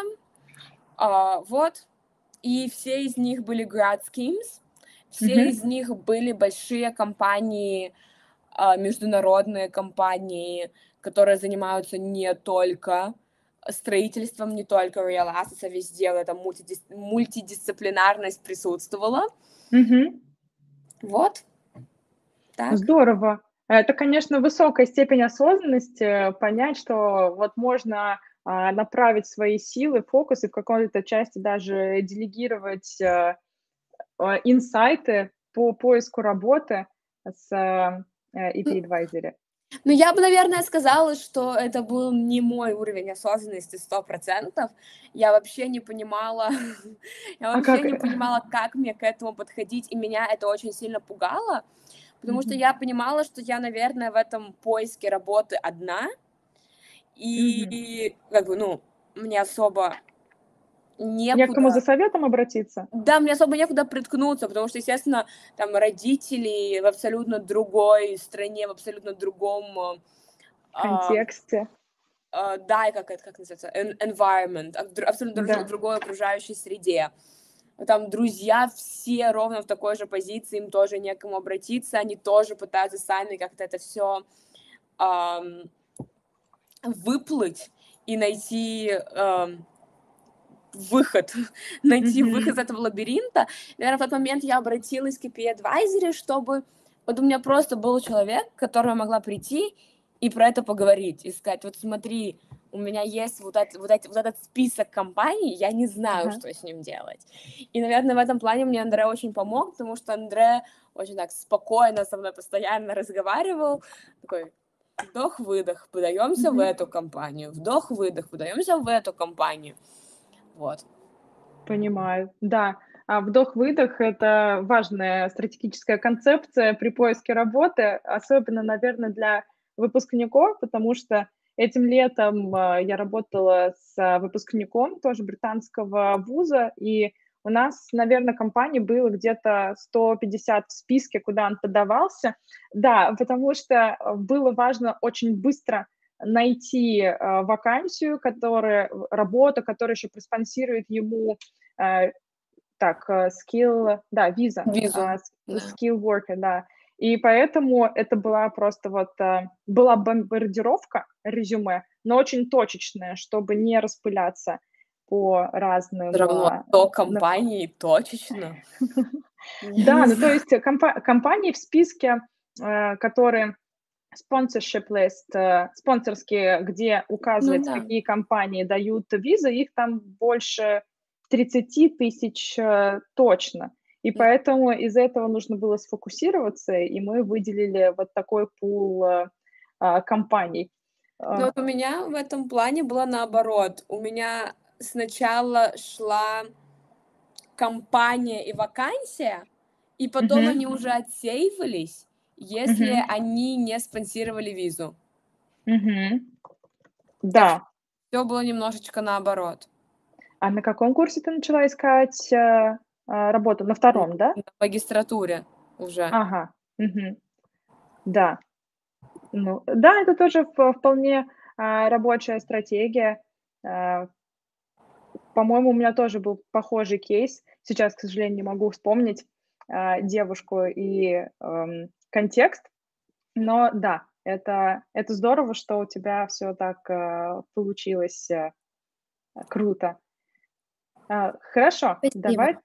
Speaker 2: А, вот. И все из них были grad schemes, все
Speaker 1: Мгм.
Speaker 2: из них были большие компании, а, международные компании, которые занимаются не только строительством, не только real assets, а везде эта мультидис мультидисциплинарность присутствовала.
Speaker 1: Мгм.
Speaker 2: Вот так.
Speaker 1: Здорово. Это, конечно, высокая степень осознанности, понять, что вот можно, а, направить свои силы, фокус и в какой-то части даже делегировать, э, а, инсайты по поиску работы с, э, и пи Advisory.
Speaker 2: Ну, я бы, наверное, сказала, что это был не мой уровень осознанности сто процентов. Я вообще не понимала, я
Speaker 1: А
Speaker 2: вообще
Speaker 1: как,
Speaker 2: не
Speaker 1: э
Speaker 2: понимала, как мне к этому подходить, и меня это очень сильно пугало, потому что
Speaker 1: Мгм.
Speaker 2: я понимала, что я, наверное, в этом поиске работы одна,
Speaker 1: Мгм.
Speaker 2: и как бы, ну, мне особо
Speaker 1: Не к кому за
Speaker 2: некуда
Speaker 1: советом обратиться?
Speaker 2: да, мне особо некуда приткнуться, потому что, естественно, там родители в абсолютно другой стране, в абсолютно другом,
Speaker 1: В
Speaker 2: а,
Speaker 1: контексте.
Speaker 2: а, да, и как это, как называется, en environment, а, в дру абсолютно друж
Speaker 1: Да.
Speaker 2: другой окружающей среде. Там друзья все ровно в такой же позиции, им тоже не к кому обратиться, они тоже пытаются сами как-то это всё, ам, выплыть и найти, ам, выход, найти выход из
Speaker 1: Мгм.
Speaker 2: этого лабиринта. Наверно, в тот момент я обратилась к и пи Advisory, чтобы вот у меня просто был человек, к которому я могла прийти и про это поговорить, и сказать: "Вот смотри, у меня есть вот эт вот эти вот этот список компаний, я не знаю,
Speaker 1: Ага.
Speaker 2: что с ним делать". И, наверное, в этом плане мне Андре очень помог, потому что Андре очень так спокойно со мной постоянно разговаривал. Такой: вдох-выдох, подаёмся в
Speaker 1: Мгм.
Speaker 2: эту компанию, вдох-выдох, подаёмся в эту компанию. Вот.
Speaker 1: Понимаю. Да, а, вдох-выдох- это важная стратегическая концепция при поиске работы, особенно, наверно, для выпускников, потому что этим летом, а, я работала с выпускником тоже британского вуза, и у нас, наверно, компаний было где-то сто пятьдесят в списке, куда он подавался. Да, потому что, а, было важно очень быстро найти, а, вакансию, которая в работу, которая еще проспонсирует ему, а, так, а, skill, да, виза, а,
Speaker 2: Визу,
Speaker 1: sk
Speaker 2: да.
Speaker 1: skilled worker, да. И поэтому это была просто вот, а, была бомбардировка резюме, но очень точечная, чтобы не распыляться по
Speaker 2: Всё
Speaker 1: разным,
Speaker 2: равно
Speaker 1: а,
Speaker 2: сто
Speaker 1: нап
Speaker 2: компаний точечно. Я
Speaker 1: Да,
Speaker 2: не
Speaker 1: ну, то
Speaker 2: знаю.
Speaker 1: есть компа компании в списке, а, которые sponsorship list, а, спонсорские, где
Speaker 2: Ну
Speaker 1: указывается,
Speaker 2: да.
Speaker 1: какие компании дают визы, их там больше тридцати тысяч, а, точно. И
Speaker 2: М.
Speaker 1: поэтому из-за этого нужно было сфокусироваться, и мы выделили вот такой пул, а, а, компаний.
Speaker 2: Ну,
Speaker 1: А
Speaker 2: вот у меня в этом плане было наоборот. У меня сначала шла компания и вакансия, и потом
Speaker 1: Мгм.
Speaker 2: они уже отсеивались, если
Speaker 1: Мгм.
Speaker 2: они не спонсировали визу.
Speaker 1: Мгм.
Speaker 2: Так что
Speaker 1: Да.
Speaker 2: всё было немножечко наоборот.
Speaker 1: А на каком курсе ты начала искать, а, а, работу? На
Speaker 2: М,
Speaker 1: втором, да?
Speaker 2: на магистратуре уже.
Speaker 1: Ага, мгм. Да. Ну да, это тоже в вполне, а, рабочая стратегия. А по-моему, у меня тоже был похожий кейс. Сейчас, к сожалению, не могу вспомнить, а, девушку и, ам, контекст. Но да, это это здорово, что у тебя всё так, а, получилось, а, круто. А, хорошо,
Speaker 2: Спасибо.
Speaker 1: давай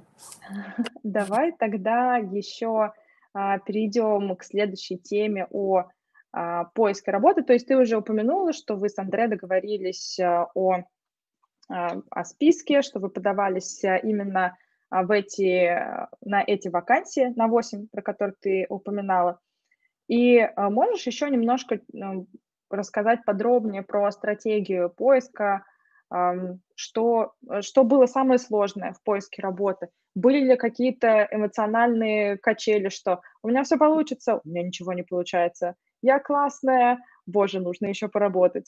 Speaker 1: давай тогда еще, а, перейдем к следующей теме о, а, поиске работы. То есть ты уже упомянула, что вы с Андре договорились, а, о, а, о списке, что вы подавались, а, именно, а, в эти, а, на эти вакансии, на восемь, про которые ты упоминала. И, а, можешь еще немножко, м, рассказать подробнее про стратегию поиска, ам, что, э, что было самое сложное в поиске работы? Были ли какие-то эмоциональные качели, что у меня все получится, у меня ничего не получается, я классная, боже, нужно еще поработать?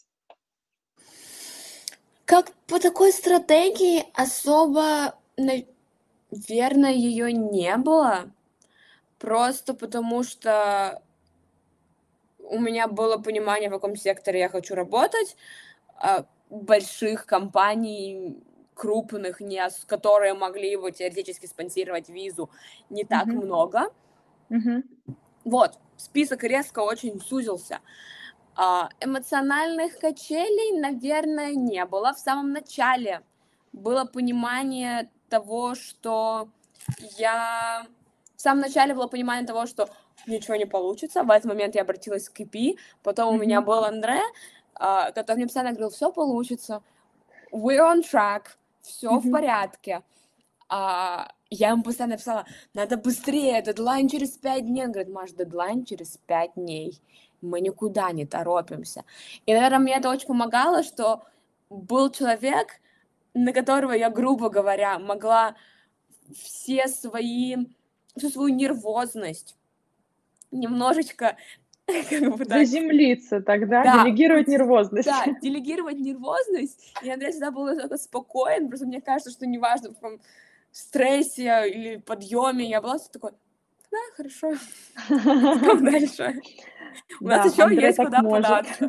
Speaker 2: Как по такой стратегии особо, наверное, ее не было. Просто потому что у меня было понимание, в каком секторе я хочу работать. А, больших компаний, крупных, не ос которые могли его теоретически спонсировать визу, не так
Speaker 1: Мгм.
Speaker 2: много.
Speaker 1: Мгм.
Speaker 2: Вот, список резко очень сузился. А, эмоциональных качелей, наверное, не было. В самом начале было понимание того, что я... В самом начале было понимание того, что ничего не получится. В этот момент я обратилась к и пи. Потом у меня
Speaker 1: Мгм.
Speaker 2: был Андре, а, который мне постоянно говорил: все получится, we're on track, все в
Speaker 1: Мгм.
Speaker 2: порядке. А, я ему постоянно писала: надо быстрее, дедлайн через пять дней. Он говорит: Маш, дедлайн через пять дней. Мы никуда не торопимся. И, наверное, мне это очень помогало, что был человек, на которого я, грубо говоря, могла все свои, всю свою нервозность немножечко, как бы так,
Speaker 1: Заземлиться тогда,
Speaker 2: да,
Speaker 1: делегировать
Speaker 2: пути-
Speaker 1: нервозность.
Speaker 2: да, делегировать нервозность. И Андрей всегда был настолько спокоен, просто мне кажется, что неважно, в каком стрессе или подъеме я была, всё такой: да, хорошо, идем дальше. У нас
Speaker 1: Да,
Speaker 2: еще
Speaker 1: Андре
Speaker 2: есть
Speaker 1: так
Speaker 2: куда
Speaker 1: может.
Speaker 2: податься.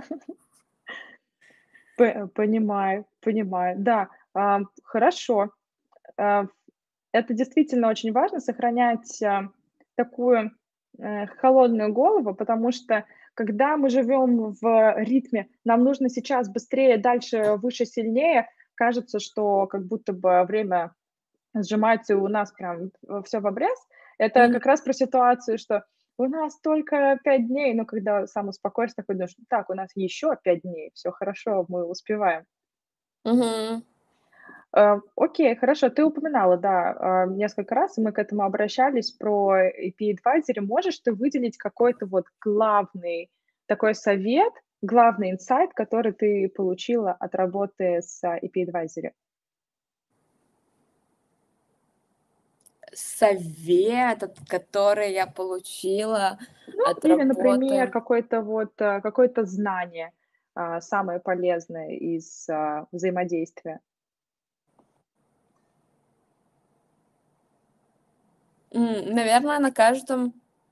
Speaker 1: П понимаю, понимаю. Да, а, хорошо. А, это действительно очень важно — сохранять, а, такую, э, холодную голову, потому что, когда мы живем в ритме "нам нужно сейчас быстрее, дальше, выше, сильнее", кажется, что как будто бы время сжимается, и у нас прям, э, всё в обрез. Это
Speaker 2: Мгм.
Speaker 1: как раз про ситуацию, что у нас только пять дней, но когда сам успокоишься, такой думаешь: "Так, у нас еще пять дней, все хорошо, мы успеваем".
Speaker 2: Мгм.
Speaker 1: Э, окей, хорошо. Ты упоминала, да, а, несколько раз, и мы к этому обращались, про и пи Advisory. Можешь ты выделить какой-то вот главный такой совет, главный инсайт, который ты получила от работы с а, и пи Advisory?
Speaker 2: Совет, от который я получила
Speaker 1: Ну,
Speaker 2: от
Speaker 1: или, например,
Speaker 2: работы.
Speaker 1: какое-то вот, а, какое-то знание, а, самое полезное из, а, взаимодействия.
Speaker 2: М, наверное, на каждом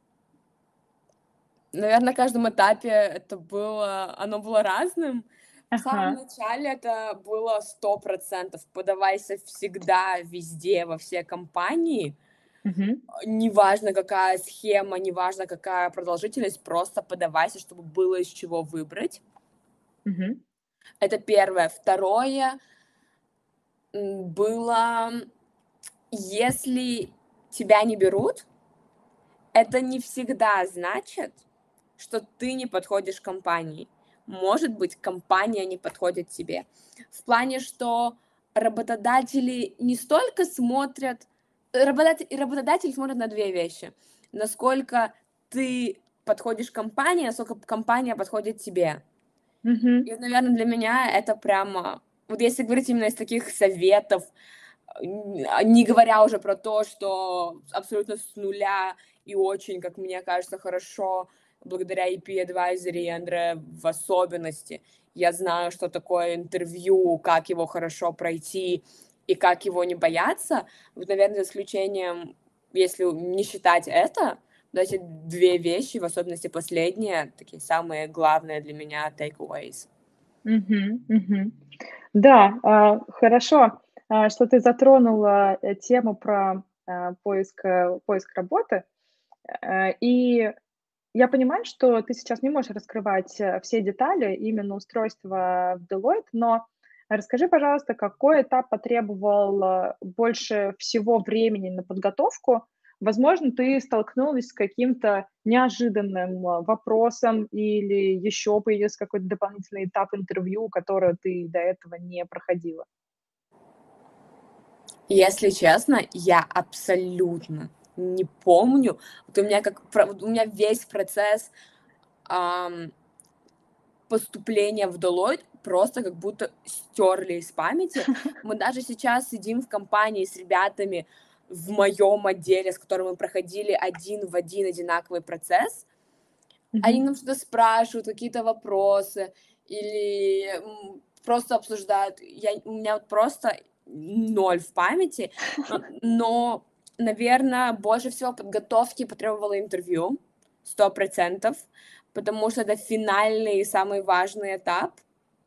Speaker 2: наверно, на каждом этапе это было оно было разным. В самом
Speaker 1: Ага.
Speaker 2: начале это было сто процентов подавайся всегда, везде, во все компании.
Speaker 1: Мгм.
Speaker 2: А, неважно, какая схема, неважно, какая продолжительность, просто подавайся, чтобы было из чего выбрать.
Speaker 1: Мгм.
Speaker 2: Это первое. Второе, м, было, если тебя не берут, это не всегда значит, что ты не подходишь компании. Может быть, компания не подходит тебе. В плане, что работодатели не столько смотрят работодатель работодатели смотрят на две вещи: насколько ты подходишь компании, насколько компания подходит тебе.
Speaker 1: Мгм.
Speaker 2: И вот, наверно, для меня это прямо вот если говорить именно из таких советов, н а, не говоря уже про то, что абсолютно с нуля и очень, как мне кажется, хорошо благодаря и пи Advisory и Андре в особенности. Я знаю, что такое интервью, как его хорошо пройти и как его не бояться. Вот, наверно, за исключением, если не считать это, вот эти две вещи, в особенности последние, такие самые главные для меня takeaways.
Speaker 1: Мгм. Мгм. Да, а, хорошо, а, что ты затронула, э, тему про, а, поиск, э, поиск работы. Э, и я понимаю, что ты сейчас не можешь раскрывать, э, все детали именно устройства в Deloitte, но расскажи, пожалуйста, какой этап потребовал, э, больше всего времени на подготовку? Возможно, ты столкнулась с каким-то неожиданным, э, вопросом или еще появился какой-то дополнительный этап интервью, который ты до этого не проходила.
Speaker 2: Если честно, я абсолютно не помню. Вот у меня как про вот у меня весь процесс, ам, поступления в Deloitte просто как будто стерли из памяти. Мы даже сейчас сидим в компании с ребятами в моем отделе, с которым мы проходили один в один одинаковый процесс, mm-hmm. они нам что-то спрашивают, какие-то вопросы, или просто обсуждают. Я, у меня вот просто ноль в памяти, но, но, наверное, больше всего подготовки потребовало интервью, сто процентов, потому что это финальный и самый важный этап.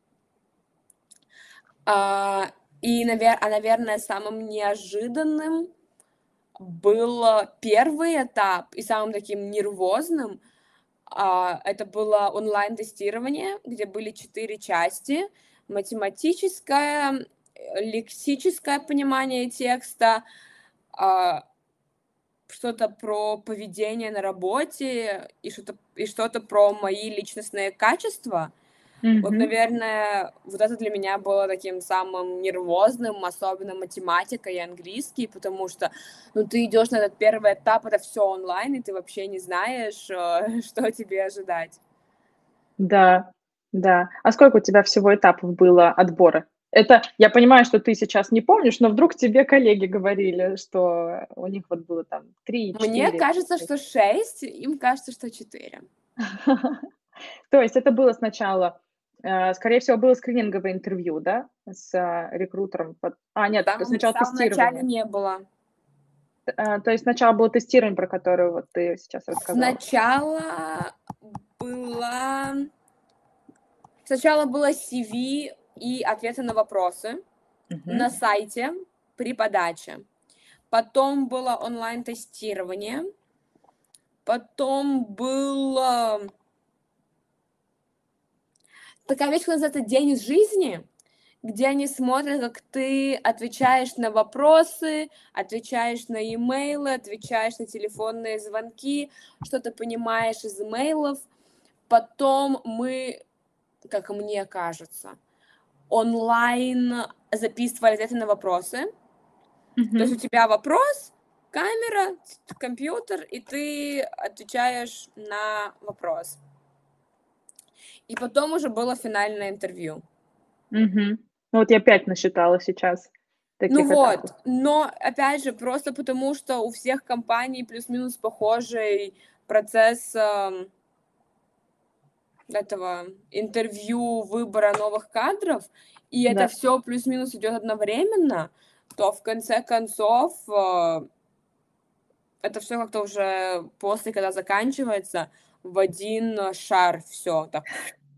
Speaker 2: А, и, навер- а, наверное, самым неожиданным был первый этап и самым таким нервозным. А, это было онлайн-тестирование, где были четыре части: математическое, лексическое понимание текста, а, что-то про поведение на работе и что-то, и что-то про мои личностные качества. Mm-hmm. Вот, наверное, вот это для меня было таким самым нервозным, особенно математика и английский, потому что, ну, ты идешь на этот первый этап, это все онлайн, и ты вообще не знаешь, что тебе ожидать.
Speaker 1: Да, да. А сколько у тебя всего этапов было отбора? Это, я понимаю, что ты сейчас не помнишь, но вдруг тебе коллеги говорили, что у них вот было там три, четыре.
Speaker 2: Мне кажется, что шесть, им кажется, что четыре.
Speaker 1: То есть это было сначала, скорее всего, было скрининговое интервью, да, с рекрутером? А, нет,
Speaker 2: там
Speaker 1: сначала
Speaker 2: в самом
Speaker 1: тестирование.
Speaker 2: начале не было.
Speaker 1: То есть сначала было тестирование, про которое вот ты сейчас рассказала.
Speaker 2: Сначала было... Сначала было си ви и ответы на вопросы uh-huh. на сайте при подаче. Потом было онлайн-тестирование. Потом было... такая вещь, которая называется «День из жизни», где они смотрят, как ты отвечаешь на вопросы, отвечаешь на имейлы, отвечаешь на телефонные звонки, что ты понимаешь из имейлов. Потом мы, как мне кажется, онлайн записывали ответы на вопросы. Mm-hmm. То есть у тебя вопрос, камера, компьютер, и ты отвечаешь на вопрос. И потом уже было финальное интервью.
Speaker 1: Mm-hmm. Ну вот я пять насчитала сейчас таких
Speaker 2: Ну
Speaker 1: этапов.
Speaker 2: вот, но опять же, просто потому что у всех компаний плюс-минус похожий процесс э, этого интервью, выбора новых кадров, и да. это все плюс-минус идет одновременно, то в конце концов э, это все как-то уже после, когда заканчивается, в один шар все так.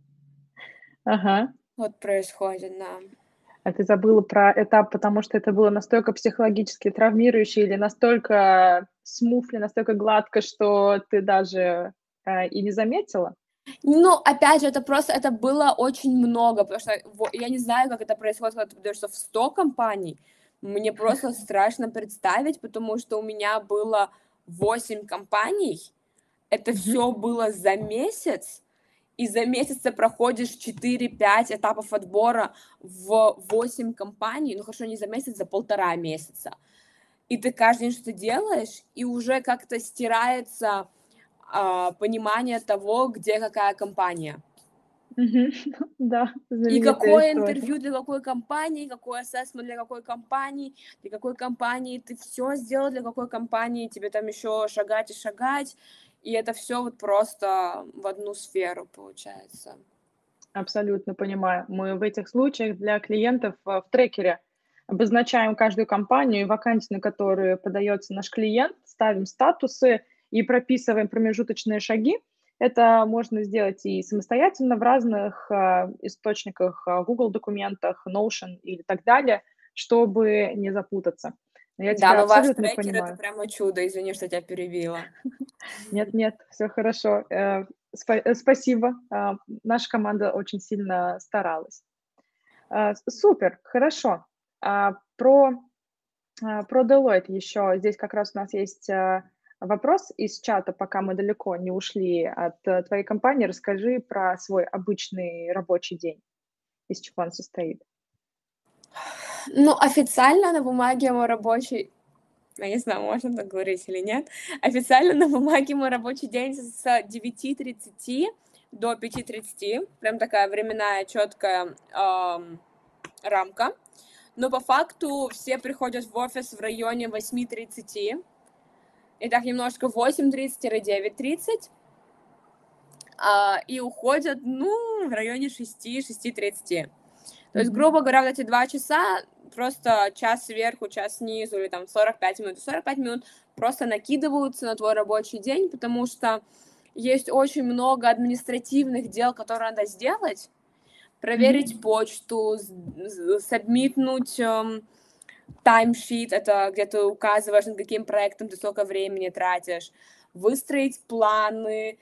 Speaker 1: Ага.
Speaker 2: Вот происходит, да.
Speaker 1: А ты забыла про этап, потому что это было настолько психологически травмирующе или настолько смуфли, настолько гладко, что ты даже э, и не заметила?
Speaker 2: Ну, опять же, это просто, это было очень много, потому что я не знаю, как это происходит, когда ты подаешься в сто компаний. Мне просто страшно представить, потому что у меня было восемь компаний, это mm-hmm. все было за месяц, и за месяц ты проходишь четыре-пять этапов отбора в восемь компаний, ну хорошо, не за месяц, за полтора месяца. И ты каждый день что-то делаешь, и уже как-то стирается а, понимание того, где какая компания.
Speaker 1: Да,
Speaker 2: и какое интервью для какой компании, какой ассессмент для какой компании, для какой компании ты все сделал, для какой компании тебе там еще шагать и шагать. И это все вот просто в одну сферу получается.
Speaker 1: Абсолютно понимаю. Мы в этих случаях для клиентов в трекере обозначаем каждую компанию и вакансию, на которую подается наш клиент, ставим статусы и прописываем промежуточные шаги. Это можно сделать и самостоятельно в разных э, источниках, Google документах, Notion или так далее, чтобы не запутаться.
Speaker 2: Я да, но ваш трекер понимаю. Это прямо чудо, извини, что тебя перебила.
Speaker 1: Нет, нет, все хорошо. Спасибо. Наша команда очень сильно старалась. Супер, хорошо. Про, про Deloitte еще. Здесь как раз у нас есть вопрос из чата, пока мы далеко не ушли от твоей компании. Расскажи про свой обычный рабочий день. Из чего он состоит?
Speaker 2: Ну, официально на бумаге мой рабочий... Я не знаю, можно так говорить или нет. Официально на бумаге мой рабочий день с девяти тридцати до пяти тридцати. Прям такая временная четкая эм, рамка. но по факту все приходят в офис в районе восемь тридцать. И так немножко восемь тридцать - девять тридцать. А, и уходят, ну, в районе шесть шесть тридцать. То есть, грубо говоря, вот эти два часа, просто час сверху, час снизу, или там сорок пять минут, сорок пять минут просто накидываются на твой рабочий день, потому что есть очень много административных дел, которые надо сделать, проверить mm-hmm. почту, сабмитнуть эм, таймшит, это где ты указываешь, над каким проектом ты сколько времени тратишь, выстроить планы,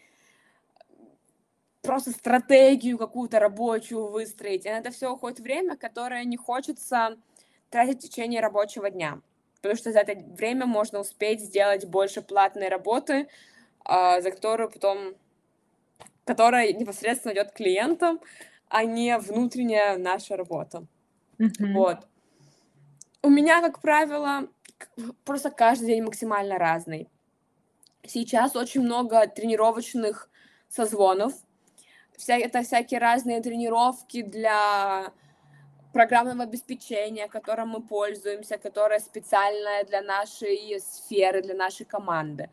Speaker 2: просто стратегию какую-то рабочую выстроить. И на это все уходит время, которое не хочется тратить в течение рабочего дня. Потому что за это время можно успеть сделать больше платной работы, за которую потом, которая непосредственно идет клиентам, а не внутренняя наша работа. Mm-hmm. Вот. У меня, как правило, просто каждый день максимально разный. Сейчас очень много тренировочных созвонов. Вся, это всякие разные тренировки для программного обеспечения, которым мы пользуемся, которое специальное для нашей сферы, для нашей команды.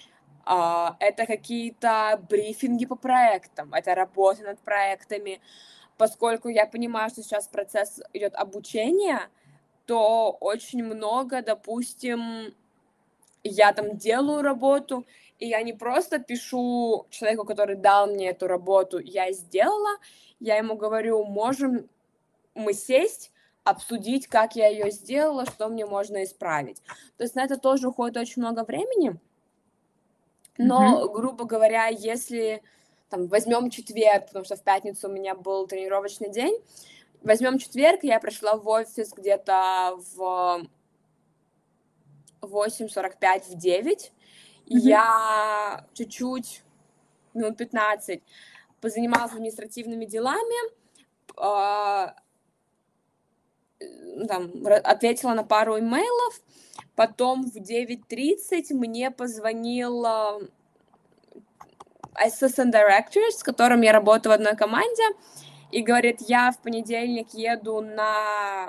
Speaker 2: Это какие-то брифинги по проектам, это работа над проектами. Поскольку я понимаю, что сейчас процесс идет обучения, то очень много, допустим, я там делаю работу, и я не просто пишу человеку, который дал мне эту работу, я сделала, я ему говорю, можем мы сесть, обсудить, как я ее сделала, что мне можно исправить. То есть на это тоже уходит очень много времени, но, mm-hmm. грубо говоря, если там, возьмем четверг, потому что в пятницу у меня был тренировочный день, возьмем четверг, я пришла в офис где-то в восемь сорок пять, в девять, mm-hmm. я чуть-чуть, минут пятнадцать, позанималась административными делами, э, там, ответила на пару имейлов, потом в девять тридцать мне позвонил assistant director, с которым я работаю в одной команде, и говорит, я в понедельник еду на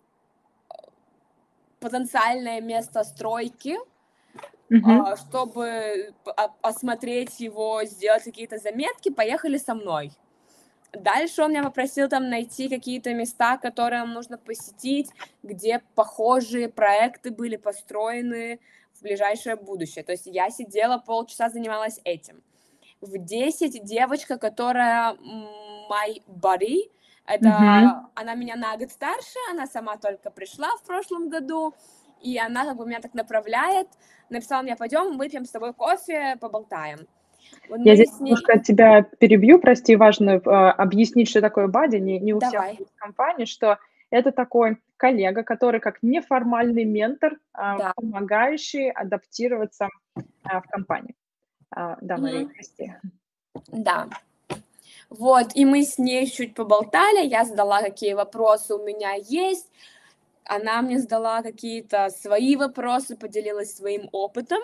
Speaker 2: потенциальное место стройки, mm-hmm. чтобы осмотреть его, сделать какие-то заметки, поехали со мной. Дальше он меня попросил там найти какие-то места, которые нам нужно посетить, где похожие проекты были построены в ближайшее будущее. То есть я сидела полчаса, занималась этим. В десять девочка, которая my buddy, это mm-hmm. она меня на год старше, она сама только пришла в прошлом году, и она как бы меня так направляет, написала мне, пойдем, выпьем с тобой кофе, поболтаем.
Speaker 1: Вот я здесь ней... немножко тебя перебью, прости, важно э, объяснить, что такое бадди, не, не у
Speaker 2: Давай.
Speaker 1: всех в компании, что это такой коллега, который как неформальный ментор, э, да. помогающий адаптироваться э, в компании. Э, да, Мария, mm-hmm. прости.
Speaker 2: Да. Вот, и мы с ней чуть поболтали, я задала, какие вопросы у меня есть, она мне задала какие-то свои вопросы, поделилась своим опытом.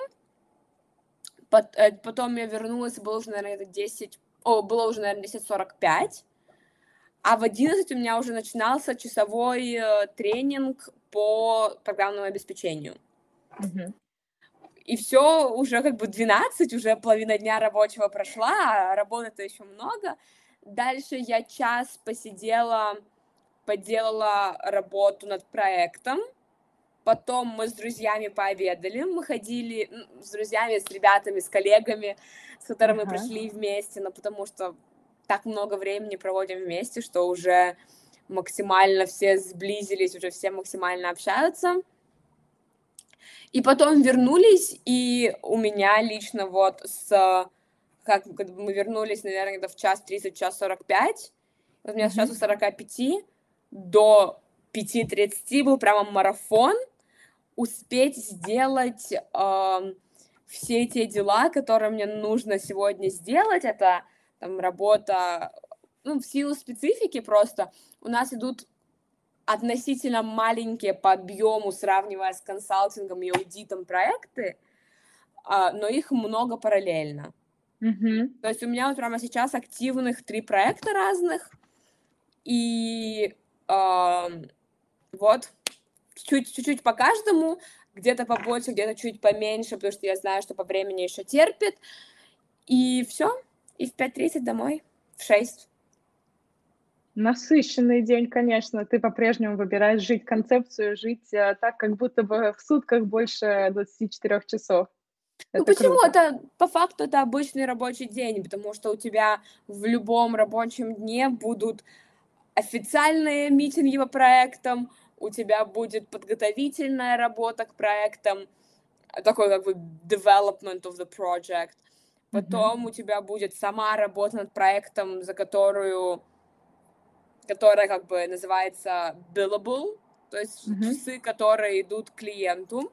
Speaker 2: Потом я вернулась, было уже, наверное, десять, о, было уже, наверное, десять сорок пять, а в одиннадцать у меня уже начинался часовой э, тренинг по программному обеспечению.
Speaker 1: Mm-hmm.
Speaker 2: И все, уже как бы двенадцать, уже половина дня рабочего прошла, а работы-то еще много. Дальше я час посидела, поделала работу над проектом. Потом мы с друзьями пообедали, мы ходили с друзьями, с ребятами, с коллегами, с которыми uh-huh. мы пришли вместе, но потому что так много времени проводим вместе, что уже максимально все сблизились, уже все максимально общаются. И потом вернулись, и у меня лично вот с, как когда мы вернулись, наверное, где-то в час тридцать, час сорок пять, у меня uh-huh. с часу сорока пяти до пяти тридцати был прямо марафон, успеть сделать э, все те дела, которые мне нужно сегодня сделать. Это там работа, ну, в силу специфики просто. У нас идут относительно маленькие по объему, сравнивая с консалтингом и аудитом проекты, э, но их много параллельно.
Speaker 1: Mm-hmm.
Speaker 2: То есть у меня вот прямо сейчас активных три проекта разных, и... Э, вот, чуть, чуть-чуть по каждому, где-то побольше, где-то чуть поменьше, потому что я знаю, что по времени еще терпит. И все, и в пять тридцать домой, в шесть.
Speaker 1: Насыщенный день, конечно. Ты по-прежнему выбираешь жить концепцию, жить э, так, как будто бы в сутках больше двадцати четырёх часов.
Speaker 2: Ну
Speaker 1: Это
Speaker 2: почему?
Speaker 1: круто.
Speaker 2: Это по факту это обычный рабочий день, потому что у тебя в любом рабочем дне будут официальные митинги по проектам, у тебя будет подготовительная работа к проектам, такой как бы development of the project. Потом
Speaker 1: Мгм.
Speaker 2: у тебя будет сама работа над проектом, за которую, которая как бы называется billable, то есть
Speaker 1: Мгм.
Speaker 2: часы, которые идут к клиенту.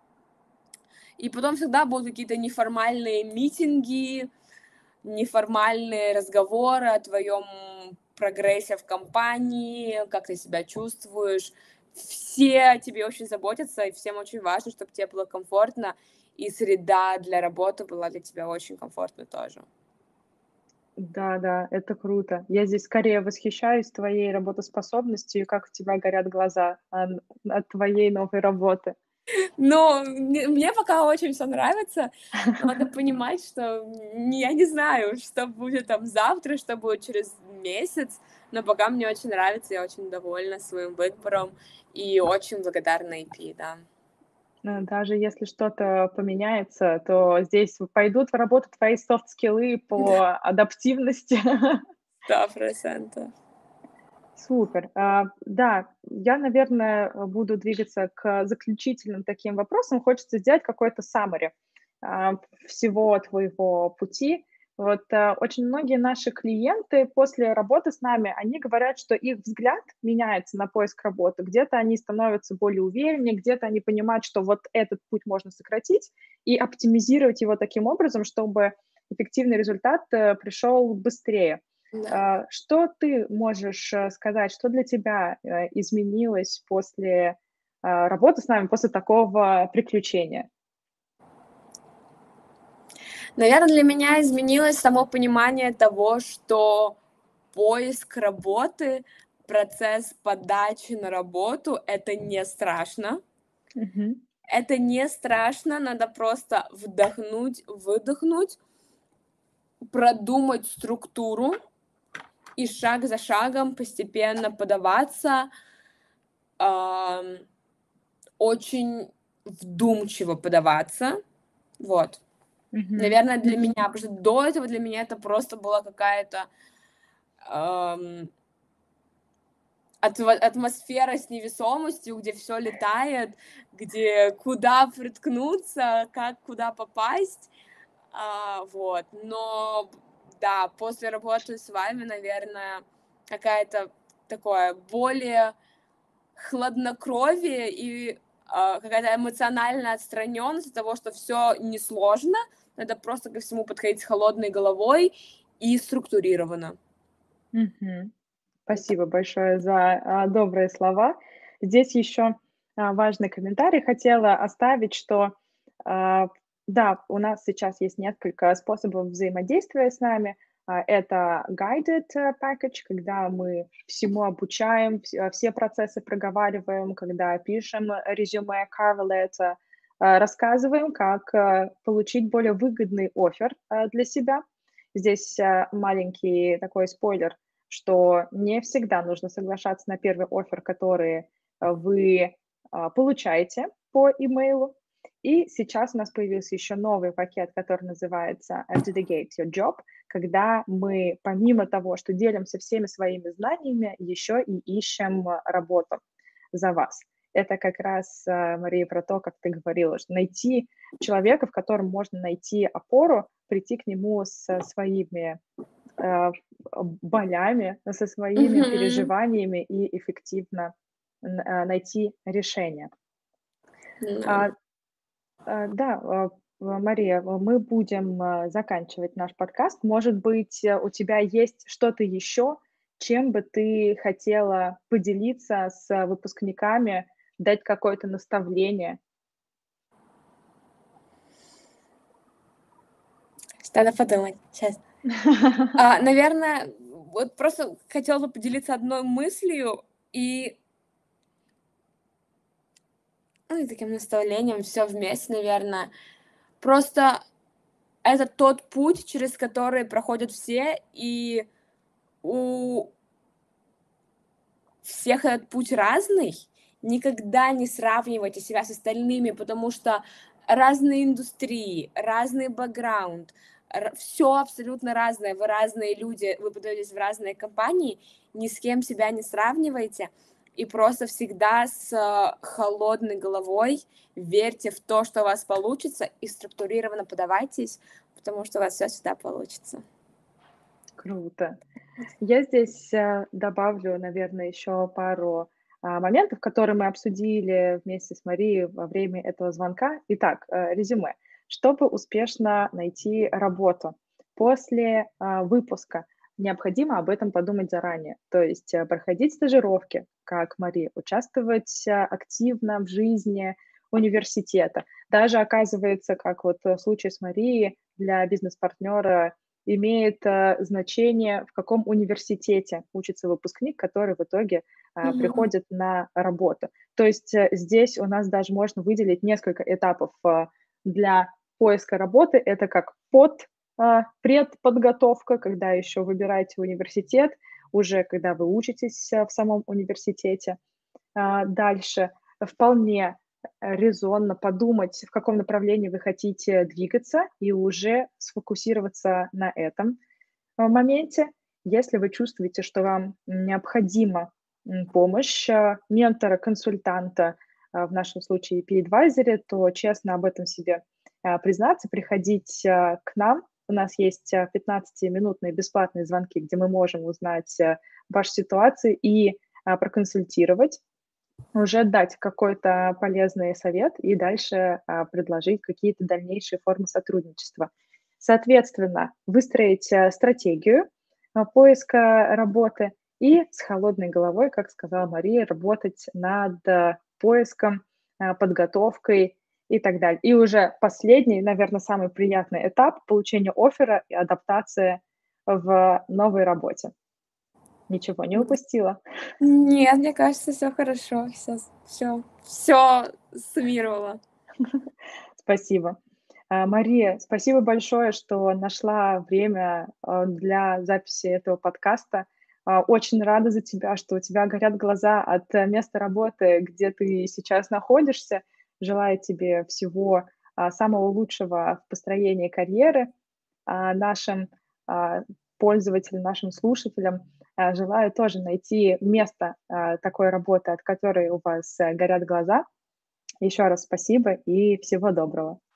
Speaker 2: И потом всегда будут какие-то неформальные митинги, неформальные разговоры о твоем прогрессе в компании, как ты себя чувствуешь. Все о тебе очень заботятся, и всем очень важно, чтобы тебе было комфортно, и среда для работы была для тебя очень комфортной тоже.
Speaker 1: Да, да, это круто. Я здесь скорее восхищаюсь твоей работоспособностью и как у тебя горят глаза а, н- от твоей новой работы.
Speaker 2: Но мне, мне пока очень все нравится. Но надо понимать, что не- я не знаю, что будет там завтра, что будет через месяц. Но пока мне очень нравится, я очень довольна своим выбором и очень благодарна эй пи, да.
Speaker 1: Э, Даже если что-то поменяется, то здесь пойдут в работу твои софт-скиллы по адаптивности.
Speaker 2: Сто процентов.
Speaker 1: Супер. А, да, я, наверное, э, буду двигаться к заключительным таким вопросам. Хочется сделать какой-то summary а, всего твоего пути. Вот э, очень многие наши клиенты после работы с нами, они говорят, что их взгляд меняется на поиск работы. Где-то они становятся более увереннее, где-то они понимают, что вот этот путь можно сократить и оптимизировать его таким образом, чтобы эффективный результат э, пришел быстрее.
Speaker 2: Да.
Speaker 1: А, что ты можешь, э, сказать, что для тебя, э, изменилось после, а, работы с нами, после такого приключения?
Speaker 2: Наверное, для меня изменилось само понимание того, что поиск работы, процесс подачи на работу — это не страшно.
Speaker 1: Мгм.
Speaker 2: Это не страшно, надо просто вдохнуть, выдохнуть, продумать структуру и шаг за шагом постепенно подаваться, ам, очень вдумчиво подаваться. Вот.
Speaker 1: Мгм.
Speaker 2: Наверное, для меня, потому что до этого для меня это просто была какая-то ам, атва- атмосфера с невесомостью, где все летает, где куда приткнуться, как куда попасть. А, вот. Но да, после работы с вами, наверное, какая-то такое более хладнокровие и а, какая-то эмоциональная отстраненность от того, что все несложно, надо просто ко всему подходить с холодной головой и структурированно.
Speaker 1: Мгм.
Speaker 2: Вот так.
Speaker 1: Спасибо большое за, а, добрые слова. Здесь еще, а, важный комментарий хотела оставить, что, а, да, у нас сейчас есть несколько способов взаимодействия с нами. А, это guided, э, package, когда мы всему обучаем, вс а, все процессы проговариваем, когда пишем резюме, cover letter, а, рассказываем, как, э, получить более выгодный оффер, э, для себя. Здесь, а, маленький такой спойлер, что не всегда нужно соглашаться на первый оффер, который, э, вы, а, получаете по имейлу. И сейчас у нас появился еще новый пакет, который называется, э, Dedicate Your Job, когда мы помимо того, что делимся всеми своими знаниями, еще и ищем, э, работу за вас. Это как раз, э, Мария, про то, как ты говорила, что найти человека, в котором можно найти опору, прийти к нему со своими, э, болями, со своими
Speaker 2: Мгм.
Speaker 1: переживаниями и эффективно н э, найти решение.
Speaker 2: Да.
Speaker 1: А, а, да, а, в Мария, в мы будем, а, заканчивать наш подкаст. Может быть, э, у тебя есть что-то еще, чем бы ты хотела поделиться с выпускниками, дать какое-то наставление?
Speaker 2: Надо подумать. Сейчас. А, наверное, вот просто хотела бы поделиться одной мыслью и ну и таким наставлением, все вместе, наверное. Просто это тот путь, через который проходят все, и у всех этот путь разный. Никогда не сравнивайте себя с остальными, потому что разные индустрии, разный бэкграунд, все абсолютно разное. Вы разные люди, вы подаетесь в разные компании, ни с кем себя не сравнивайте. И просто всегда с холодной головой верьте в то, что у вас получится, и структурированно подавайтесь, потому что у вас все всегда получится.
Speaker 1: Круто. Я здесь э, добавлю, наверное, еще пару а, моментов, которые мы обсудили вместе с Марией во время этого звонка. Итак, э, резюме. Чтобы успешно найти работу после а, выпуска, необходимо об этом подумать заранее. То есть э, проходить стажировки, как Мария, участвовать э, активно в жизни университета. Даже оказывается, как вот в случае с Марией, для бизнес-партнера имеет э, значение, в каком университете учится выпускник, который в итоге а,
Speaker 2: Мгм.
Speaker 1: приходит на работу. То есть э, здесь у нас даже можно выделить несколько этапов э, для поиска работы. Это как под а, предподготовка, когда еще выбираете университет, уже когда вы учитесь э, в самом университете. А, дальше вполне э, резонно подумать, в каком направлении вы хотите двигаться, и уже сфокусироваться на этом э, моменте. Если вы чувствуете, что вам необходима м, помощь э, ментора, консультанта, э, в нашем случае P-адвайзере, то честно об этом себе э, признаться, приходить э, к нам. У нас есть э, пятнадцатиминутные бесплатные звонки, где мы можем узнать э, вашу ситуацию и э, проконсультировать, уже дать какой-то полезный совет и дальше а, предложить какие-то дальнейшие формы сотрудничества. Соответственно, выстроить а, стратегию а, поиска работы и с холодной головой, как сказала Мария, работать над а, поиском, а, подготовкой и так далее. И уже последний, наверное, самый приятный этап получения оффера и адаптация в новой работе. Ничего не упустила.
Speaker 2: Нет, мне кажется, все хорошо. Все, все, все суммировала.
Speaker 1: Спасибо. А, Мария, спасибо большое, что нашла время, а, для записи этого подкаста. А, очень рада за тебя, что у тебя горят глаза от, э, места работы, где ты сейчас находишься. Желаю тебе всего, а, самого лучшего в построении карьеры. А, нашим, а, пользователям, нашим слушателям, а, желаю тоже найти место, а, такой работы, от которой у вас, э, горят глаза. Еще раз спасибо и всего доброго.